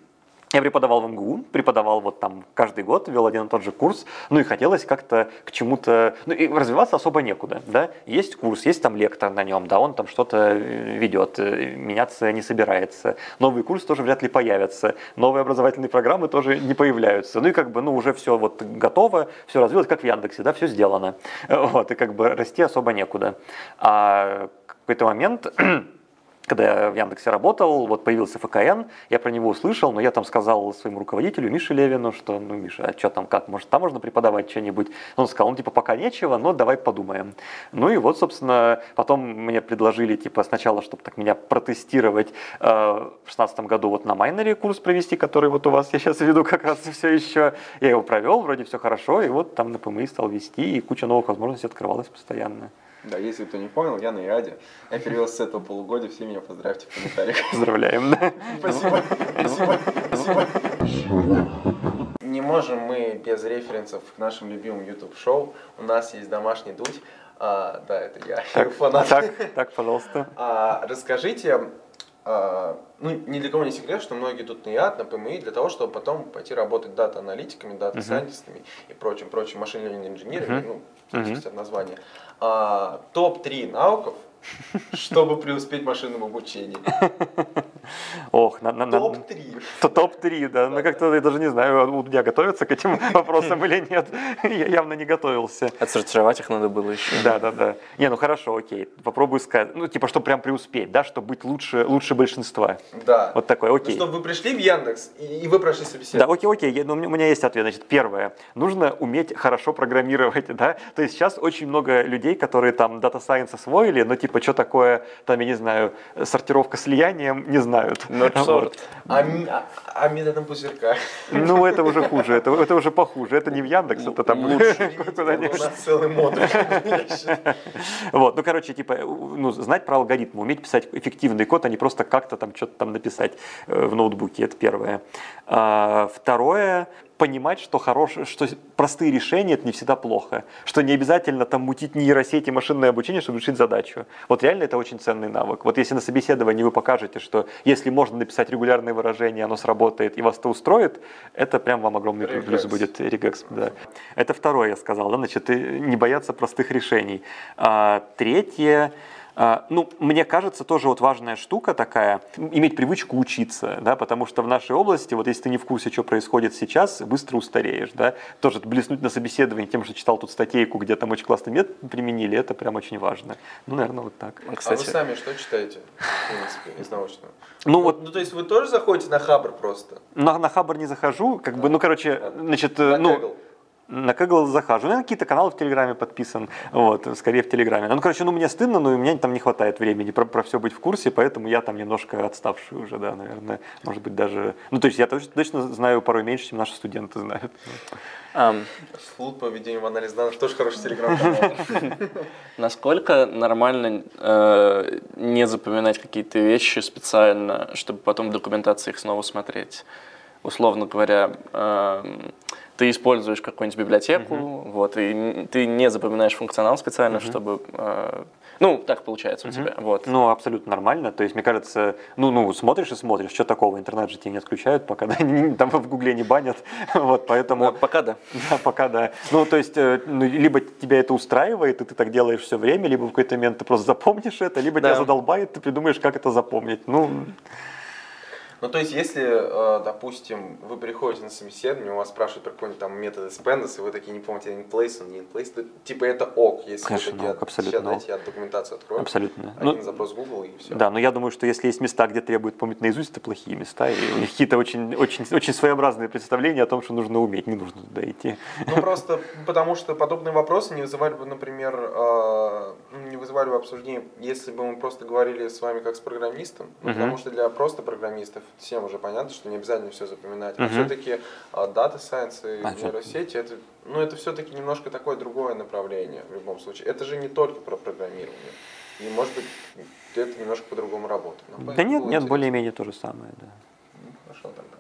Я преподавал в эм гэ у, преподавал вот там каждый год, вел один и тот же курс, ну и хотелось как-то к чему-то, ну и развиваться особо некуда, да, есть курс, есть там лектор на нем, да, он там что-то ведет, меняться не собирается, новый курс тоже вряд ли появится, новые образовательные программы тоже не появляются, ну и как бы, ну уже все вот готово, все развилось, как в Яндексе, да, все сделано, вот, и как бы расти особо некуда, а в какой-то момент... Когда я в Яндексе работал, вот появился эф ка эн, я про него услышал, но я там сказал своему руководителю Мише Левину, что, ну, Миша, а что там, как, может, там можно преподавать что-нибудь? Он сказал, ну, типа, пока нечего, но давай подумаем. Ну и вот, собственно, потом мне предложили, типа, сначала, чтобы так меня протестировать, э, в шестнадцатом году вот на майнере курс провести, который вот у вас я сейчас веду как раз все еще. Я его провел, вроде все хорошо, и вот там на пэ эм и стал вести, и куча новых возможностей открывалась постоянно. Да, если кто не понял, я на ИАДе. Я перевелся с этого полугодия, все меня поздравьте в комментариях. Поздравляем, да? Спасибо, спасибо, спасибо. Не можем мы без референсов к нашим любимым YouTube-шоу. У нас есть домашний дудь. А, да, это я, Так, фанат. так, так, пожалуйста. А, расскажите, а, ну, ни для кого не секрет, что многие идут на ИАД, на пэ эм и для того, чтобы потом пойти работать дата-аналитиками, дата-сайентистами и прочим, прочим машин-лернинг инженерами, ну, в зависимости от названия. А, топ три навыков, чтобы преуспеть в машинном обучении. Ох, на, на, на, топ три. то топ три, да. Ну как-то я даже не знаю, у меня готовятся к этим вопросам или нет. Я явно не готовился. Отсортировать их надо было еще. Да, да, да. Не, ну хорошо, окей. Попробую сказать. Ну, типа, чтобы прям преуспеть, да, чтобы быть лучше, лучше большинства. Да. Вот такой, Ну, окей. чтобы вы пришли в Яндекс и, и вы прошли Да, собеседование. окей, окей, я- ну, у меня- у меня есть ответ. Значит, первое, нужно уметь хорошо программировать, да. То есть сейчас очень много людей, которые там Data Science освоили, но типа, что такое, там, я не знаю, сортировка слиянием, не знают. Not sort. Вот. А, ми- а, а методом пузырька. Ну, это уже хуже, это, это уже похуже. Это не в Яндекс, это там Лучше. У куда-нибудь. нас целый модуль. Я считаю. Вот, ну, короче, типа, ну, знать про алгоритмы, уметь писать эффективный код, а не просто как-то там что-то там написать э, в ноутбуке, это первое. А, второе, понимать, что хорошее, что простые решения это не всегда плохо, что не обязательно там мутить нейросети, машинное обучение, чтобы решить задачу. Вот реально это очень ценный навык. Вот если на собеседовании вы покажете, что если можно написать регулярные выражения, оно сработает и вас это устроит, это прям вам огромный плюс Регекс. будет. Регекс, да. Это второе, я сказал, да, значит, и не бояться простых решений. А, третье. А, Ну, мне кажется, тоже вот важная штука такая, иметь привычку учиться, да, потому что в нашей области, вот если ты не в курсе, что происходит сейчас, быстро устареешь, да, тоже блеснуть на собеседовании тем, что читал тут статейку, где там очень классный метод применили, это прям очень важно. Ну, наверное, вот так. А вы Кстати, сами что читаете, в принципе, из научного? Ну, вот Ну, то есть вы тоже заходите на Хабр просто? на, на Хабр не захожу, как бы, ну, короче, значит, На ну, Kaggle? На Kaggle захожу, ну, на какие-то каналы в Телеграме подписан, вот, скорее в Телеграме. Ну, короче, ну, мне стыдно, но у меня там не хватает времени про, про все быть в курсе, поэтому я там немножко отставший уже, да, наверное, может быть, даже... Ну, то есть я точно, точно знаю порой меньше, чем наши студенты знают. Um, Флут по введению в анализ данных тоже хороший телеграм-канал. насколько нормально э, не запоминать какие-то вещи специально, чтобы потом в документации их снова смотреть? Условно говоря, э, ты используешь какую-нибудь библиотеку, uh-huh. вот, и ты не запоминаешь функционал специально, uh-huh. чтобы... Э, ну, так получается у uh-huh. тебя. Вот. Ну, абсолютно нормально. То есть, мне кажется, ну, ну, смотришь и смотришь, что такого, интернет же тебе не отключают, пока да, там в Гугле не банят. Вот, поэтому... Вот, пока да. Да, пока да. Ну, то есть, ну, либо тебя это устраивает, и ты так делаешь все время, либо в какой-то момент ты просто запомнишь это, либо да. тебя задолбает, ты придумаешь, как это запомнить. Ну... Ну, то есть, если, допустим, вы приходите на собеседование, у вас спрашивают про какой-нибудь там метод Spendas, и вы такие не помните, in place, он не in place, то, типа это ок, если Конечно, вы такие ок, абсолютно сейчас дайте, я документацию открою, абсолютно. один Ну, запрос в Google и все. Да, но я думаю, что если есть места, где требуют помнить наизусть, это плохие места, и у них какие-то очень, очень, очень своеобразные представления о том, что нужно уметь, не нужно туда идти. Ну, просто потому что подобные вопросы не вызывали бы, например, э, не вызывали бы обсуждение, если бы мы просто говорили с вами как с программистом, ну, Uh-huh. потому что для просто программистов всем уже понятно, что не обязательно все запоминать. А Uh-huh. все-таки Data Science и А, нейросети, это, ну, это все-таки немножко такое другое направление в любом случае. Это же не только про программирование. И, может быть, это немножко по-другому работает. Но Да нет, нет, интересно. более-менее то же самое, да. Ну, хорошо тогда.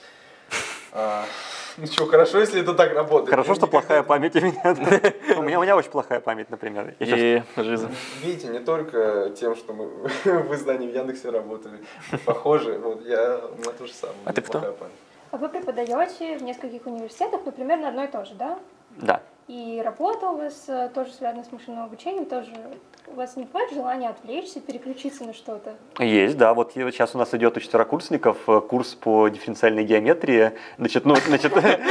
А, ну что, хорошо, если это так работает. Хорошо, Я что никогда- плохая память у меня. да. У меня, у меня очень плохая память, например. Я щас- И жизнь. Видите, не только тем, что мы в издании в Яндексе работали, похоже, вот я, у меня то же самое. А ты кто? плохая память. А вы преподаете в нескольких университетах, ну, примерно одно и то же, да? Да. И работа у вас э, тоже связана с машинным обучением, тоже у вас не бывает желания отвлечься, переключиться на что-то? Есть, да. Вот я- сейчас у нас идет у четверокурсников э, курс по дифференциальной геометрии. Значит, ну, значит,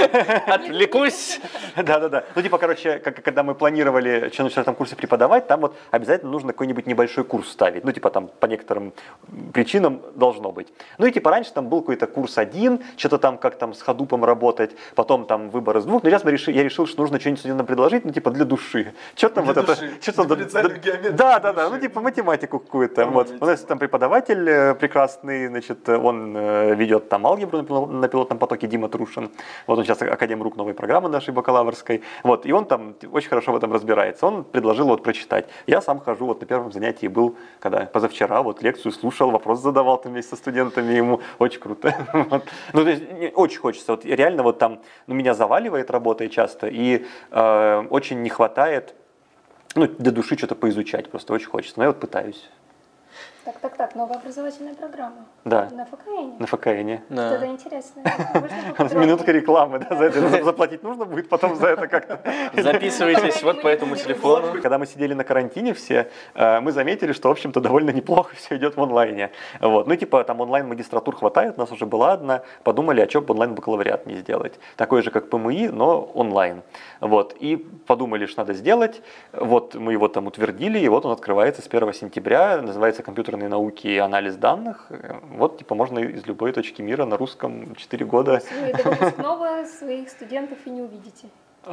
Отвлекусь! да-да-да. Ну, типа, короче, как, когда мы планировали, что на четвертом курсе преподавать, там вот обязательно нужно какой-нибудь небольшой курс ставить. Ну, типа, там по некоторым причинам должно быть. Ну, и типа раньше там был какой-то курс один, что-то там, как там с ходупом работать, потом там выбор из двух. Но сейчас мы реши- я решил, что нужно что-нибудь студентам предложить, ну, типа, для души. Что там Для вот души. это? Что там? Дифференциальную геометрию Да, для да, да. души. Ну, типа, математику какую-то. Ну, Вот. видите. У нас там преподаватель э, прекрасный, значит, он э, ведет там алгебру на пило- на пилотном потоке, Дима Трушин. Вот он сейчас академрук новой программы нашей бакалаврской. Вот, и он там очень хорошо в этом разбирается. Он предложил вот прочитать. Я сам хожу, вот на первом занятии был, когда позавчера, вот лекцию слушал, вопрос задавал там вместе со студентами, ему очень круто. Вот. Ну, то есть, не- очень хочется. Вот реально вот там, ну, меня заваливает работой часто, и э, очень не хватает, ну, для души что-то поизучать, просто очень хочется. Но я вот пытаюсь. Так, так, так, новая образовательная программа. Да. На ФКН. На ФКНе. Что-то Да. интересное. Можно поподробнее? Минутка рекламы, да, за это заплатить нужно будет потом за это как-то. Записывайтесь вот по этому телефону. Когда мы сидели на карантине все, э, мы заметили, что, в общем-то, довольно неплохо все идет в онлайне. Вот. Ну, типа, там онлайн-магистратур хватает, у нас уже была одна. Подумали, а что бы онлайн-бакалавриат не сделать. Такой же, как ПМИ, но онлайн. Вот. И подумали, что надо сделать. Вот мы его там утвердили, и вот он открывается с первого сентября. Называется «Компьютерные науки и анализ данных». Вот, типа, можно из любой точки мира на русском четыре года. Вы до выпускного своих студентов и не увидите.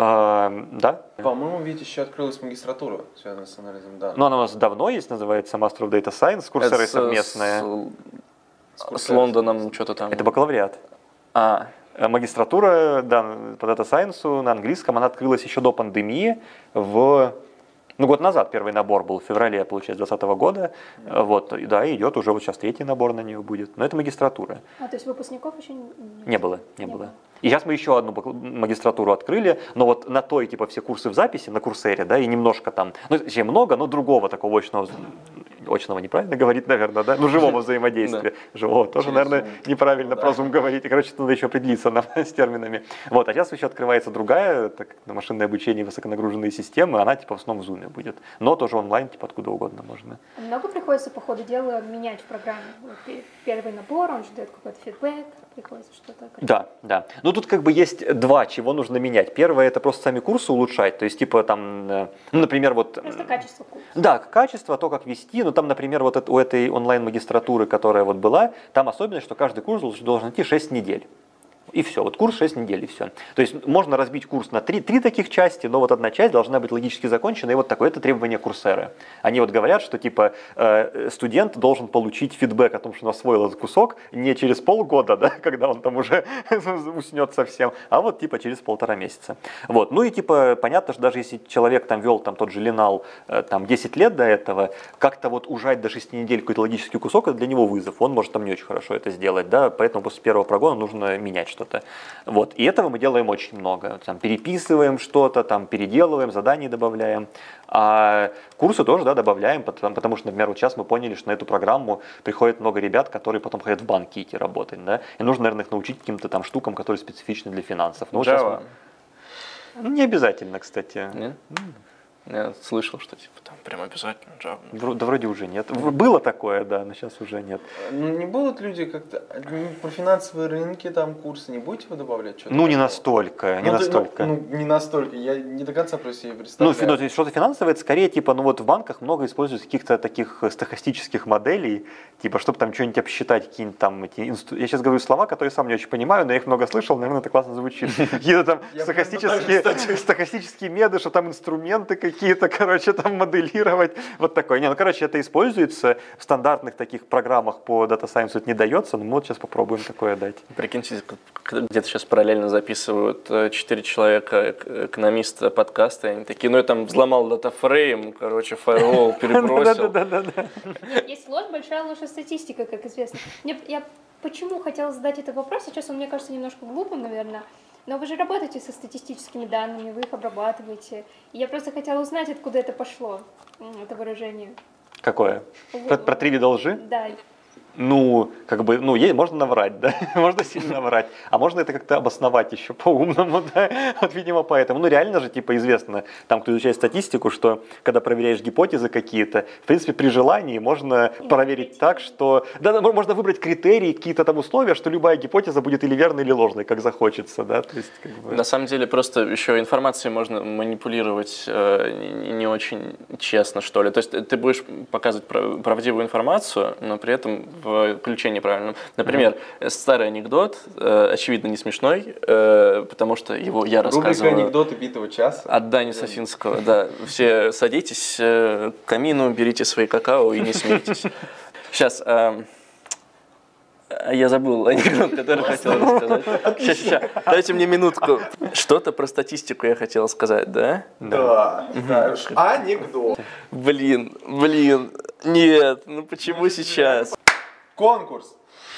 А, да. По-моему, ведь еще открылась магистратура, связанная с анализом данных. Но она у нас давно есть, называется Master of Data Science, с Курсерой С- совместная. С, с Лондоном что-то там. Это бакалавриат. А, А Магистратура, да, по Data Science на английском, она открылась еще до пандемии, в, ну, год назад первый набор был, в феврале, получается, двадцатого года, вот, и да, идет уже вот сейчас третий набор на нее будет, но это магистратура. А, то есть выпускников еще не, Не было, не, Не было. было. И сейчас мы еще одну бакал- магистратуру открыли, но вот на той, типа, все курсы в записи, на Курсере, да, и немножко там, ну, точнее, много, но другого такого очного, очного неправильно говорить, наверное, да, ну, живого взаимодействия, живого тоже, Через наверное, Zoom. неправильно Да. про Zoom говорить, короче, надо еще определиться нам с терминами. Вот, а сейчас еще открывается другая, так, на машинное обучение, высоконагруженные системы, она, типа, в основном в Zoom будет, но тоже онлайн, типа, откуда угодно можно. А много приходится по ходу дела менять в программе? Вот пе- первый набор, он ждет какой-то фидбэк, приходится что-то... Да, да. Ну тут как бы есть два, чего нужно менять. Первое, это просто сами курсы улучшать, то есть типа там, э, ну, например, вот... Просто качество курса. Да, качество, то, как вести. Ну, там, например, вот это- у этой онлайн-магистратуры, которая вот была, там особенность, что каждый курс должен идти шесть недель. И все, вот курс шесть недель, и все. То есть можно разбить курс на три, три таких части, но вот одна часть должна быть логически закончена, и вот такое это требование Курсеры. Они вот говорят, что типа э, студент должен получить фидбэк о том, что он освоил этот кусок не через полгода, да, когда он там уже уснет совсем, а вот типа через полтора месяца. Вот. Ну и типа понятно, что даже если человек там вел там тот же Ленал э, там десять лет до этого, как-то вот ужать до шести недель какой-то логический кусок, это для него вызов, он может там не очень хорошо это сделать, да, поэтому после первого прогона нужно менять что-то. Что-то. Вот. И этого мы делаем очень много. Там, переписываем что-то, там, переделываем, задания добавляем. А курсы тоже да, добавляем, потому, потому что, например, вот сейчас мы поняли, что на эту программу приходит много ребят, которые потом хотят в банки идти работать. Да? И нужно, наверное, их научить каким-то там штукам, которые специфичны для финансов. Ну, Java? Мы... Не обязательно, кстати. Нет? Я слышал, что типа там прям обязательно Java. Вро- да вроде уже нет. Было такое, да, но сейчас уже нет. Ну, не будут люди как-то про финансовые рынки там курсы, не будете вы добавлять что-то? Ну, не такого? настолько, не ну, настолько. Ты, ну, ну, не настолько, я не до конца просто себе Ну, представляю. фи- ну, то есть что-то финансовое, это скорее, типа, ну вот в банках много используют каких-то таких стохастических моделей, типа, чтобы там что-нибудь обсчитать, какие-нибудь там эти инстру... Я сейчас говорю слова, которые сам не очень понимаю, но я их много слышал, наверное, это классно звучит. Какие-то там стохастические, стохастические меды, что там инструменты какие-то, короче, там моделировать, вот такое. Не, ну, короче, это используется в стандартных таких программах по Data Science, это не дается, но мы вот сейчас попробуем такое дать. Прикиньте, где-то сейчас параллельно записывают четыре человека, экономиста подкаста, и они такие, ну я там взломал датафрейм, короче, фаервол перебросил. Да-да-да. Есть ложь, большая ложь и статистика, как известно. Мне, я почему хотела задать этот вопрос, сейчас он мне кажется немножко глупым, наверное, но вы же работаете со статистическими данными, вы их обрабатываете. И я просто хотела узнать, откуда это пошло, это выражение. Какое? Про, про три вида лжи? Да. Ну, как бы, ну, ей можно наврать, да, можно сильно наврать, а можно это как-то обосновать еще по-умному, да, вот, видимо, поэтому, ну, реально же, типа, известно, там, кто изучает статистику, что, когда проверяешь гипотезы какие-то, в принципе, при желании можно проверить так, что, да, да, можно выбрать критерии, какие-то там условия, что любая гипотеза будет или верной, или ложной, как захочется, да, то есть, как бы... На самом деле, просто еще информацией можно манипулировать э, не очень честно, что ли, то есть ты будешь показывать правдивую информацию, но при этом в ключе неправильном. Например, mm-hmm. старый анекдот, э, очевидно, не смешной, э, потому что его я рассказывал. Рубрика «Анекдоты битого часа». От Дани Сосинского, да. Все садитесь э, к камину, берите свои какао и не смейтесь. Сейчас... Э, я забыл анекдот, который хотел рассказать. Сейчас, сейчас, дайте мне минутку. Что-то про статистику я хотел сказать, да? Да, да. Анекдот. Блин, блин, нет, ну почему сейчас? Конкурс.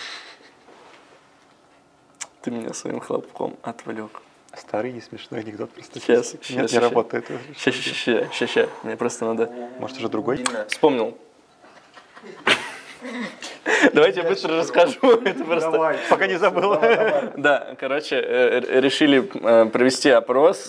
Ты меня своим хлопком отвлек. Старый не смешной анекдот про Сейчас, статистику. сейчас, Нет, сейчас. не работает. Сейчас, сейчас, сейчас, сейчас. Мне просто надо... Может, уже другой? Вспомнил. Давайте я быстро расскажу. Это просто... Давай, Пока не забыл. давай, давай. Да, короче, э, решили э, провести опрос.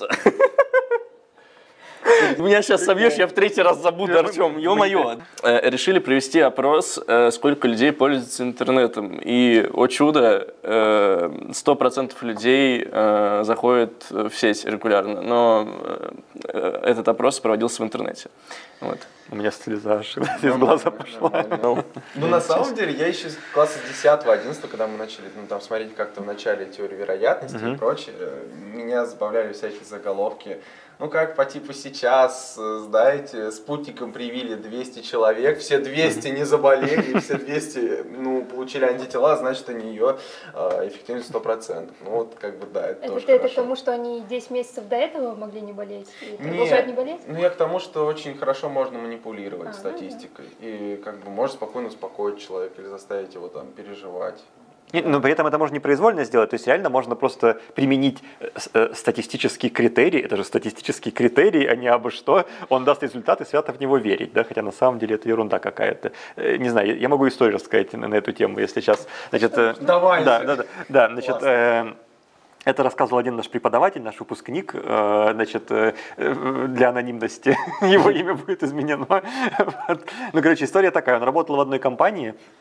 Меня сейчас собьешь, я в третий раз забуду, Артем, ё-моё. Э, Решили провести опрос, э, сколько людей пользуются интернетом. И, о чудо, э, сто процентов людей э, заходят в сеть регулярно. Но э, этот опрос проводился в интернете. Вот. У меня слеза аж из глаза пошла. Ну, Ну, на самом деле, я еще с класса десятого-одиннадцатого, когда мы начали, ну, там, смотреть как-то в начале теории вероятности Мгм. и прочее, э, меня забавляли всякие заголовки. Ну, как по типу сейчас, э, знаете, спутником привили двести человек, все двести не заболели, все двести, ну, получили антитела, значит, у нее э, эффективность сто процентов. Ну, вот, как бы, да, это, Это тоже ты это к хорошо. тому, что они десять месяцев до этого могли не болеть и Нет. продолжают не болеть? Ну, я к тому, что очень хорошо можно манипулировать А, статистикой. И как бы можешь спокойно успокоить человека или заставить его там переживать. Не, но при этом это можно непроизвольно сделать, то есть реально можно просто применить э, с- э, статистический критерий, это же статистический критерий, а не абы что, он даст результат и свято в него верить, да, хотя на самом деле это ерунда какая-то. Э, Не знаю, я- я могу историю рассказать на, на эту тему, если сейчас, значит, э, Давай. да, да, да, да, значит, Классно. э, это рассказывал один наш преподаватель, наш выпускник, э, значит, э, э, для анонимности его имя будет изменено. Вот. Ну, короче, история такая, он работал в одной компании,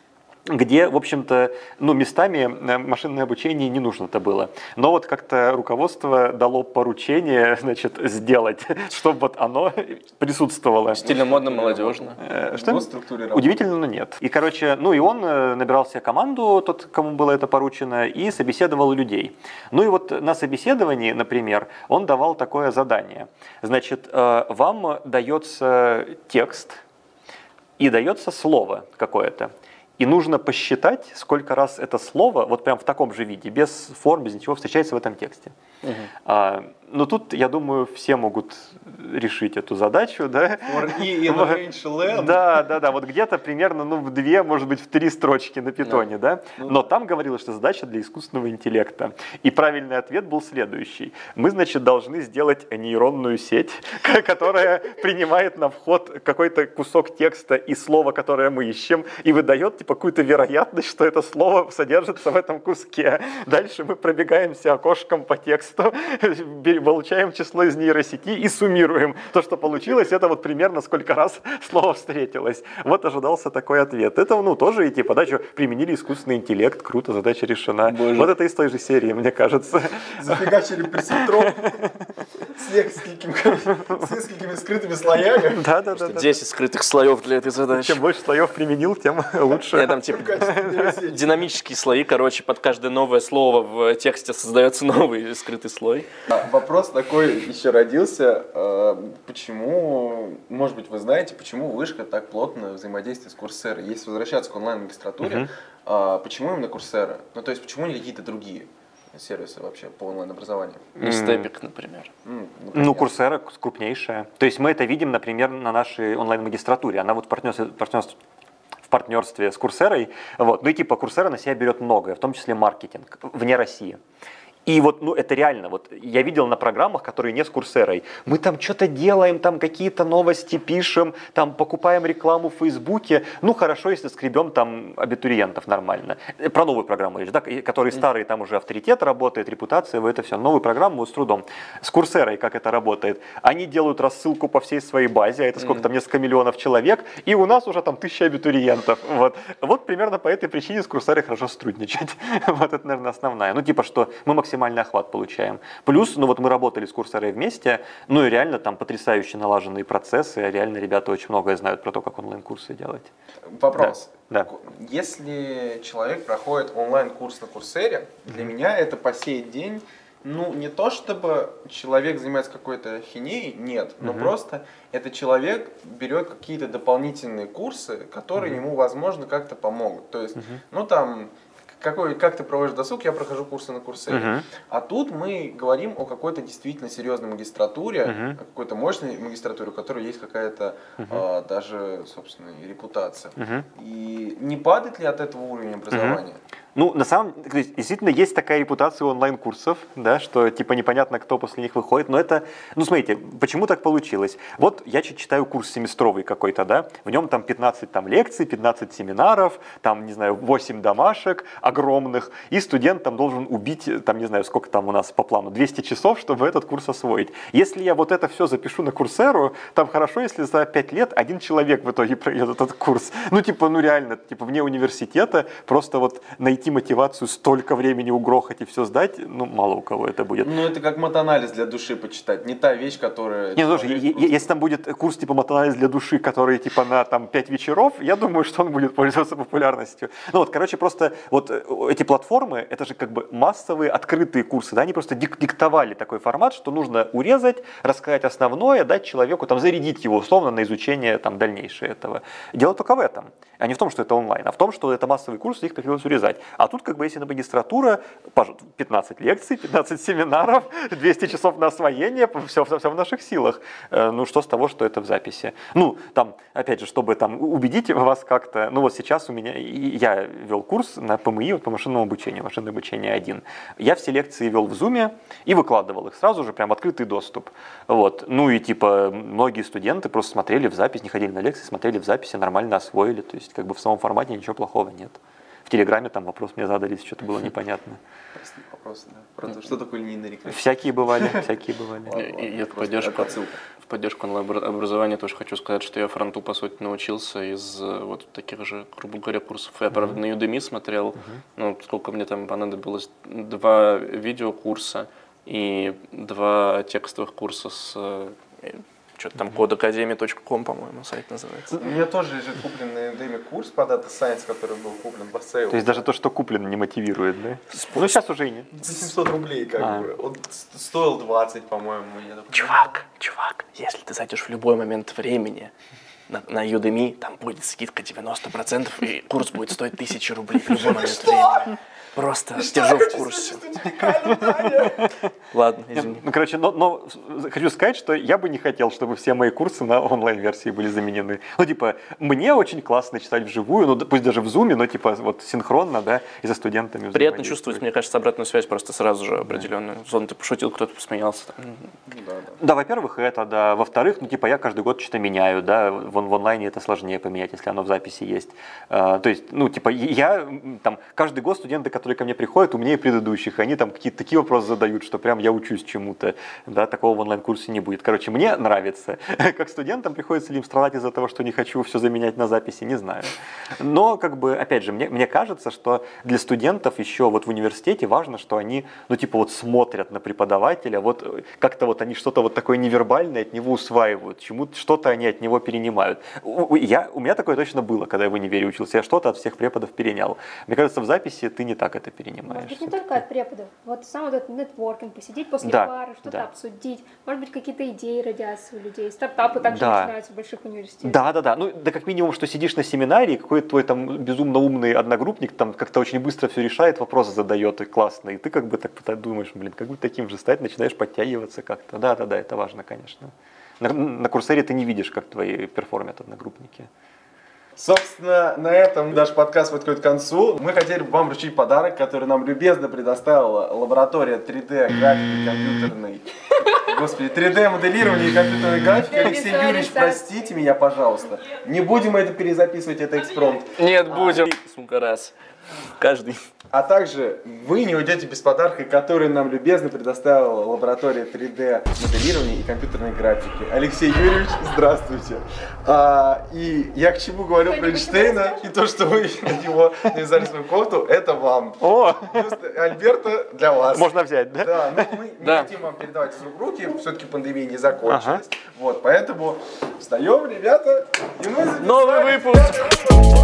где, в общем-то, ну, местами машинное обучение не нужно-то было. Но вот как-то руководство дало поручение, значит, сделать, чтобы вот оно присутствовало. Стильно, модно, молодежно. Э, Что? Структуре работы. Удивительно, но нет. И, короче, ну и он э, набирал себе команду, тот, кому было это поручено, и собеседовал людей. Ну и вот на собеседовании, например, он давал такое задание. Значит, э, вам дается текст и дается слово какое-то. И нужно посчитать, сколько раз это слово, вот прям в таком же виде, без форм, без ничего, встречается в этом тексте. Угу. А, ну тут, я думаю, все могут решить эту задачу, да? For e in range len. Да, да, да, вот где-то примерно, ну, в две, может быть, в три строчки на питоне, да? да? Но там говорилось, что задача для искусственного интеллекта. И правильный ответ был следующий. Мы, значит, должны сделать нейронную сеть, которая принимает на вход какой-то кусок текста и слово, которое мы ищем, и выдает, типа, какую-то вероятность, что это слово содержится в этом куске. Дальше мы пробегаемся окошком по тексту, получаем число из нейросети и суммируем. То, что получилось, это вот примерно сколько раз слово встретилось. Вот ожидался такой ответ. Это, ну, тоже и типа, да, что, применили искусственный интеллект, круто, задача решена. Боже. Вот это из той же серии, мне кажется. Зафигачили пресетрон с несколькими скрытыми слоями. Да, да, да. десять скрытых слоев для этой задачи. Чем больше слоев применил, тем лучше. Там типа динамические слои, короче, под каждое новое слово в тексте создается новый скрытый слой. Вопрос такой еще родился. Почему, может быть, вы знаете, почему Вышка так плотно взаимодействует с Курсерой? Если возвращаться к онлайн-магистратуре, uh-huh. почему именно Курсера? Ну, то есть, почему не какие-то другие сервисы вообще по онлайн-образованию? Не Степик, например. Mm, например. Ну, Курсера крупнейшая. То есть, мы это видим, например, на нашей онлайн-магистратуре. Она вот в партнерстве, партнерстве в партнерстве с Курсерой. Вот. Ну и типа Курсера на себя берет многое, в том числе маркетинг вне России. И вот, ну, это реально, вот я видел на программах, которые не с Курсерой, мы там что-то делаем, там какие-то новости пишем, там покупаем рекламу в Фейсбуке, ну, хорошо, если скребем там абитуриентов нормально. Про новую программу речь, да, которые старые, там уже авторитет работает, репутация, вы это все. Новую программу с трудом. С Курсерой как это работает? Они делают рассылку по всей своей базе, а это сколько там, несколько миллионов человек, и у нас уже там тысяча абитуриентов. Вот, вот примерно по этой причине с Курсерой хорошо сотрудничать. Вот это, наверное, основная. Ну, типа, что мы максимально максимальный охват получаем. Плюс, ну вот мы работали с Курсерой вместе, ну и реально там потрясающе налаженные процессы, реально ребята очень многое знают про то, как онлайн-курсы делать. Вопрос. Да. Да. Если человек проходит онлайн-курс на Курсере, для mm-hmm. меня это по сей день, ну не то чтобы человек занимается какой-то хинеей, нет, но mm-hmm. просто этот человек берет какие-то дополнительные курсы, которые mm-hmm. ему, возможно, как-то помогут. То есть, mm-hmm. ну там... Какой, как ты проводишь досуг, я прохожу курсы на Курсере. Uh-huh. А тут мы говорим о какой-то действительно серьезной магистратуре, uh-huh. о какой-то мощной магистратуре, у которой есть какая-то uh-huh. а, даже, собственно, репутация. Uh-huh. И не падает ли от этого уровень образования? Uh-huh. Ну, на самом деле, действительно, есть такая репутация у онлайн-курсов, да, что типа непонятно, кто после них выходит, но это, ну, смотрите, почему так получилось? Вот я читаю курс семестровый какой-то, да, в нем там пятнадцать там лекций, пятнадцать семинаров, там, не знаю, восемь домашек огромных, и студент там должен убить, там, не знаю, сколько там у нас по плану, двести часов, чтобы этот курс освоить. Если я вот это все запишу на Курсеру, там хорошо, если за пять лет один человек в итоге пройдет этот курс. Ну, типа, ну реально, типа, вне университета просто вот найти мотивацию столько времени угрохать и все сдать, ну, мало у кого это будет. Ну, это как матанализ для души почитать, не та вещь, которая... Не, ну, слушай, просто... если там будет курс типа матанализ для души, который типа на там пять вечеров, я думаю, что он будет пользоваться популярностью. Ну вот, короче, просто вот эти платформы, это же как бы массовые открытые курсы, да, они просто дик- диктовали такой формат, что нужно урезать, рассказать основное, дать человеку, там, зарядить его условно на изучение там дальнейшее этого. Дело только в этом, а не в том, что это онлайн, а в том, что это массовый курс, их приходилось урезать. А тут как бы если на магистратура, пятнадцать лекций, пятнадцать семинаров, двести часов на освоение, все, все, все в наших силах. Ну что с того, что это в записи? Ну там, опять же, чтобы там убедить вас как-то, ну вот сейчас у меня, я вел курс на ПМИ вот, по машинному обучению, машинное обучение один. Я все лекции вел в Zoom и выкладывал их сразу же, прям открытый доступ. Вот. Ну и типа многие студенты просто смотрели в запись, не ходили на лекции, смотрели в записи, нормально освоили, то есть как бы в самом формате ничего плохого нет. Телеграме там вопрос мне задали, если что-то было непонятно. Простые вопросы, да. Про то, что такое линейная регрессия. Всякие бывали, всякие бывали. Ладно, И, и ладно, в просто поддержку, отсылка. в поддержку онлайн-образования тоже хочу сказать, что я фронту, по сути, научился из э, вот таких же, грубо говоря, курсов. Я, правда, на Udemy смотрел, ну, сколько мне там понадобилось, два видеокурса и два текстовых курса с... э, что-то там код академия точка ком, по-моему, сайт называется. У меня тоже лежит куплен на Udemy курс по Data Science, который был куплен по сейлу. То есть даже то, что куплено, не мотивирует, да? Ну, сейчас уже и нет. За семьсот рублей, как А. бы. Он с- стоил двадцать, по-моему. Я такой, Чувак, чувак, если ты зайдешь в любой момент времени на, на Udemy, там будет скидка девяносто процентов, и курс будет стоить тысячу рублей в любой момент времени. Просто держу в курсе. Ладно, извини. Ну, короче, но, но хочу сказать, что я бы не хотел, чтобы все мои курсы на онлайн-версии были заменены. Ну, типа, мне очень классно читать вживую, ну, пусть даже в зуме, но, типа, вот синхронно, да, и за студентами. Приятно чувствовать, мне кажется, обратную связь просто сразу же определенную. Зон, ты пошутил, кто-то посмеялся. Там. ну да, да. Да, во-первых, это, да. Во-вторых, ну, типа, я каждый год что-то меняю, да, в, в онлайне это сложнее поменять, если оно в записи есть. А, то есть, ну, типа, я, м, там, каждый год студенты, которые ко мне приходят, умнее предыдущих, они там какие-то такие вопросы задают, что прям я учусь чему-то, да, такого в онлайн-курсе не будет. Короче, мне нравится. Как студентам приходится ли им страдать из-за того, что не хочу все заменять на записи, не знаю. Но, как бы, опять же, мне, мне кажется, что для студентов еще вот в университете важно, что они, ну, типа, вот смотрят на преподавателя, вот как-то вот они что-то вот такое невербальное от него усваивают, чему что-то они от него перенимают. У, я, у меня такое точно было, когда я в универе учился, я что-то от всех преподов перенял. Мне кажется, в записи ты не так это перенимаешь. Может быть, не только от преподов. Вот сам вот этот нетворкинг, посидеть после Да, пары, что-то да. обсудить. Может быть, какие-то идеи родятся у людей. Стартапы также Да. начинаются в больших университетах. Да, да, да. Ну, да как минимум, что сидишь на семинаре, и какой-то твой там безумно умный одногруппник там как-то очень быстро все решает, вопросы задает, и классно. И ты как бы так думаешь, блин, как бы таким же стать, начинаешь подтягиваться как-то. Да, да, да, это важно, конечно. На, на Курсере ты не видишь, как твои перформят одногруппники. Собственно, на этом наш подкаст подходит к концу. Мы хотели бы вам вручить подарок, который нам любезно предоставила лаборатория три дэ графики компьютерной. Господи, три дэ моделирование и компьютерной графики. Алексей Юрьевич, простите меня, пожалуйста. Не будем это перезаписывать, это экспромт. Нет, будем. Сука, раз. Каждый. А также вы не уйдете без подарка, который нам любезно предоставила лаборатория три дэ моделирования и компьютерной графики. Алексей Юрьевич, здравствуйте. А, и я к чему говорю про Эйнштейна и то, что вы на него навязали свою кофту, это вам. О, Альберто, для вас. можно взять, да? Да, но мы не Да. хотим вам передавать из рук в руки, все-таки пандемия не закончилась. Ага. Вот, поэтому встаем, ребята, и мы записали Новый выпуск. пятый выпуск.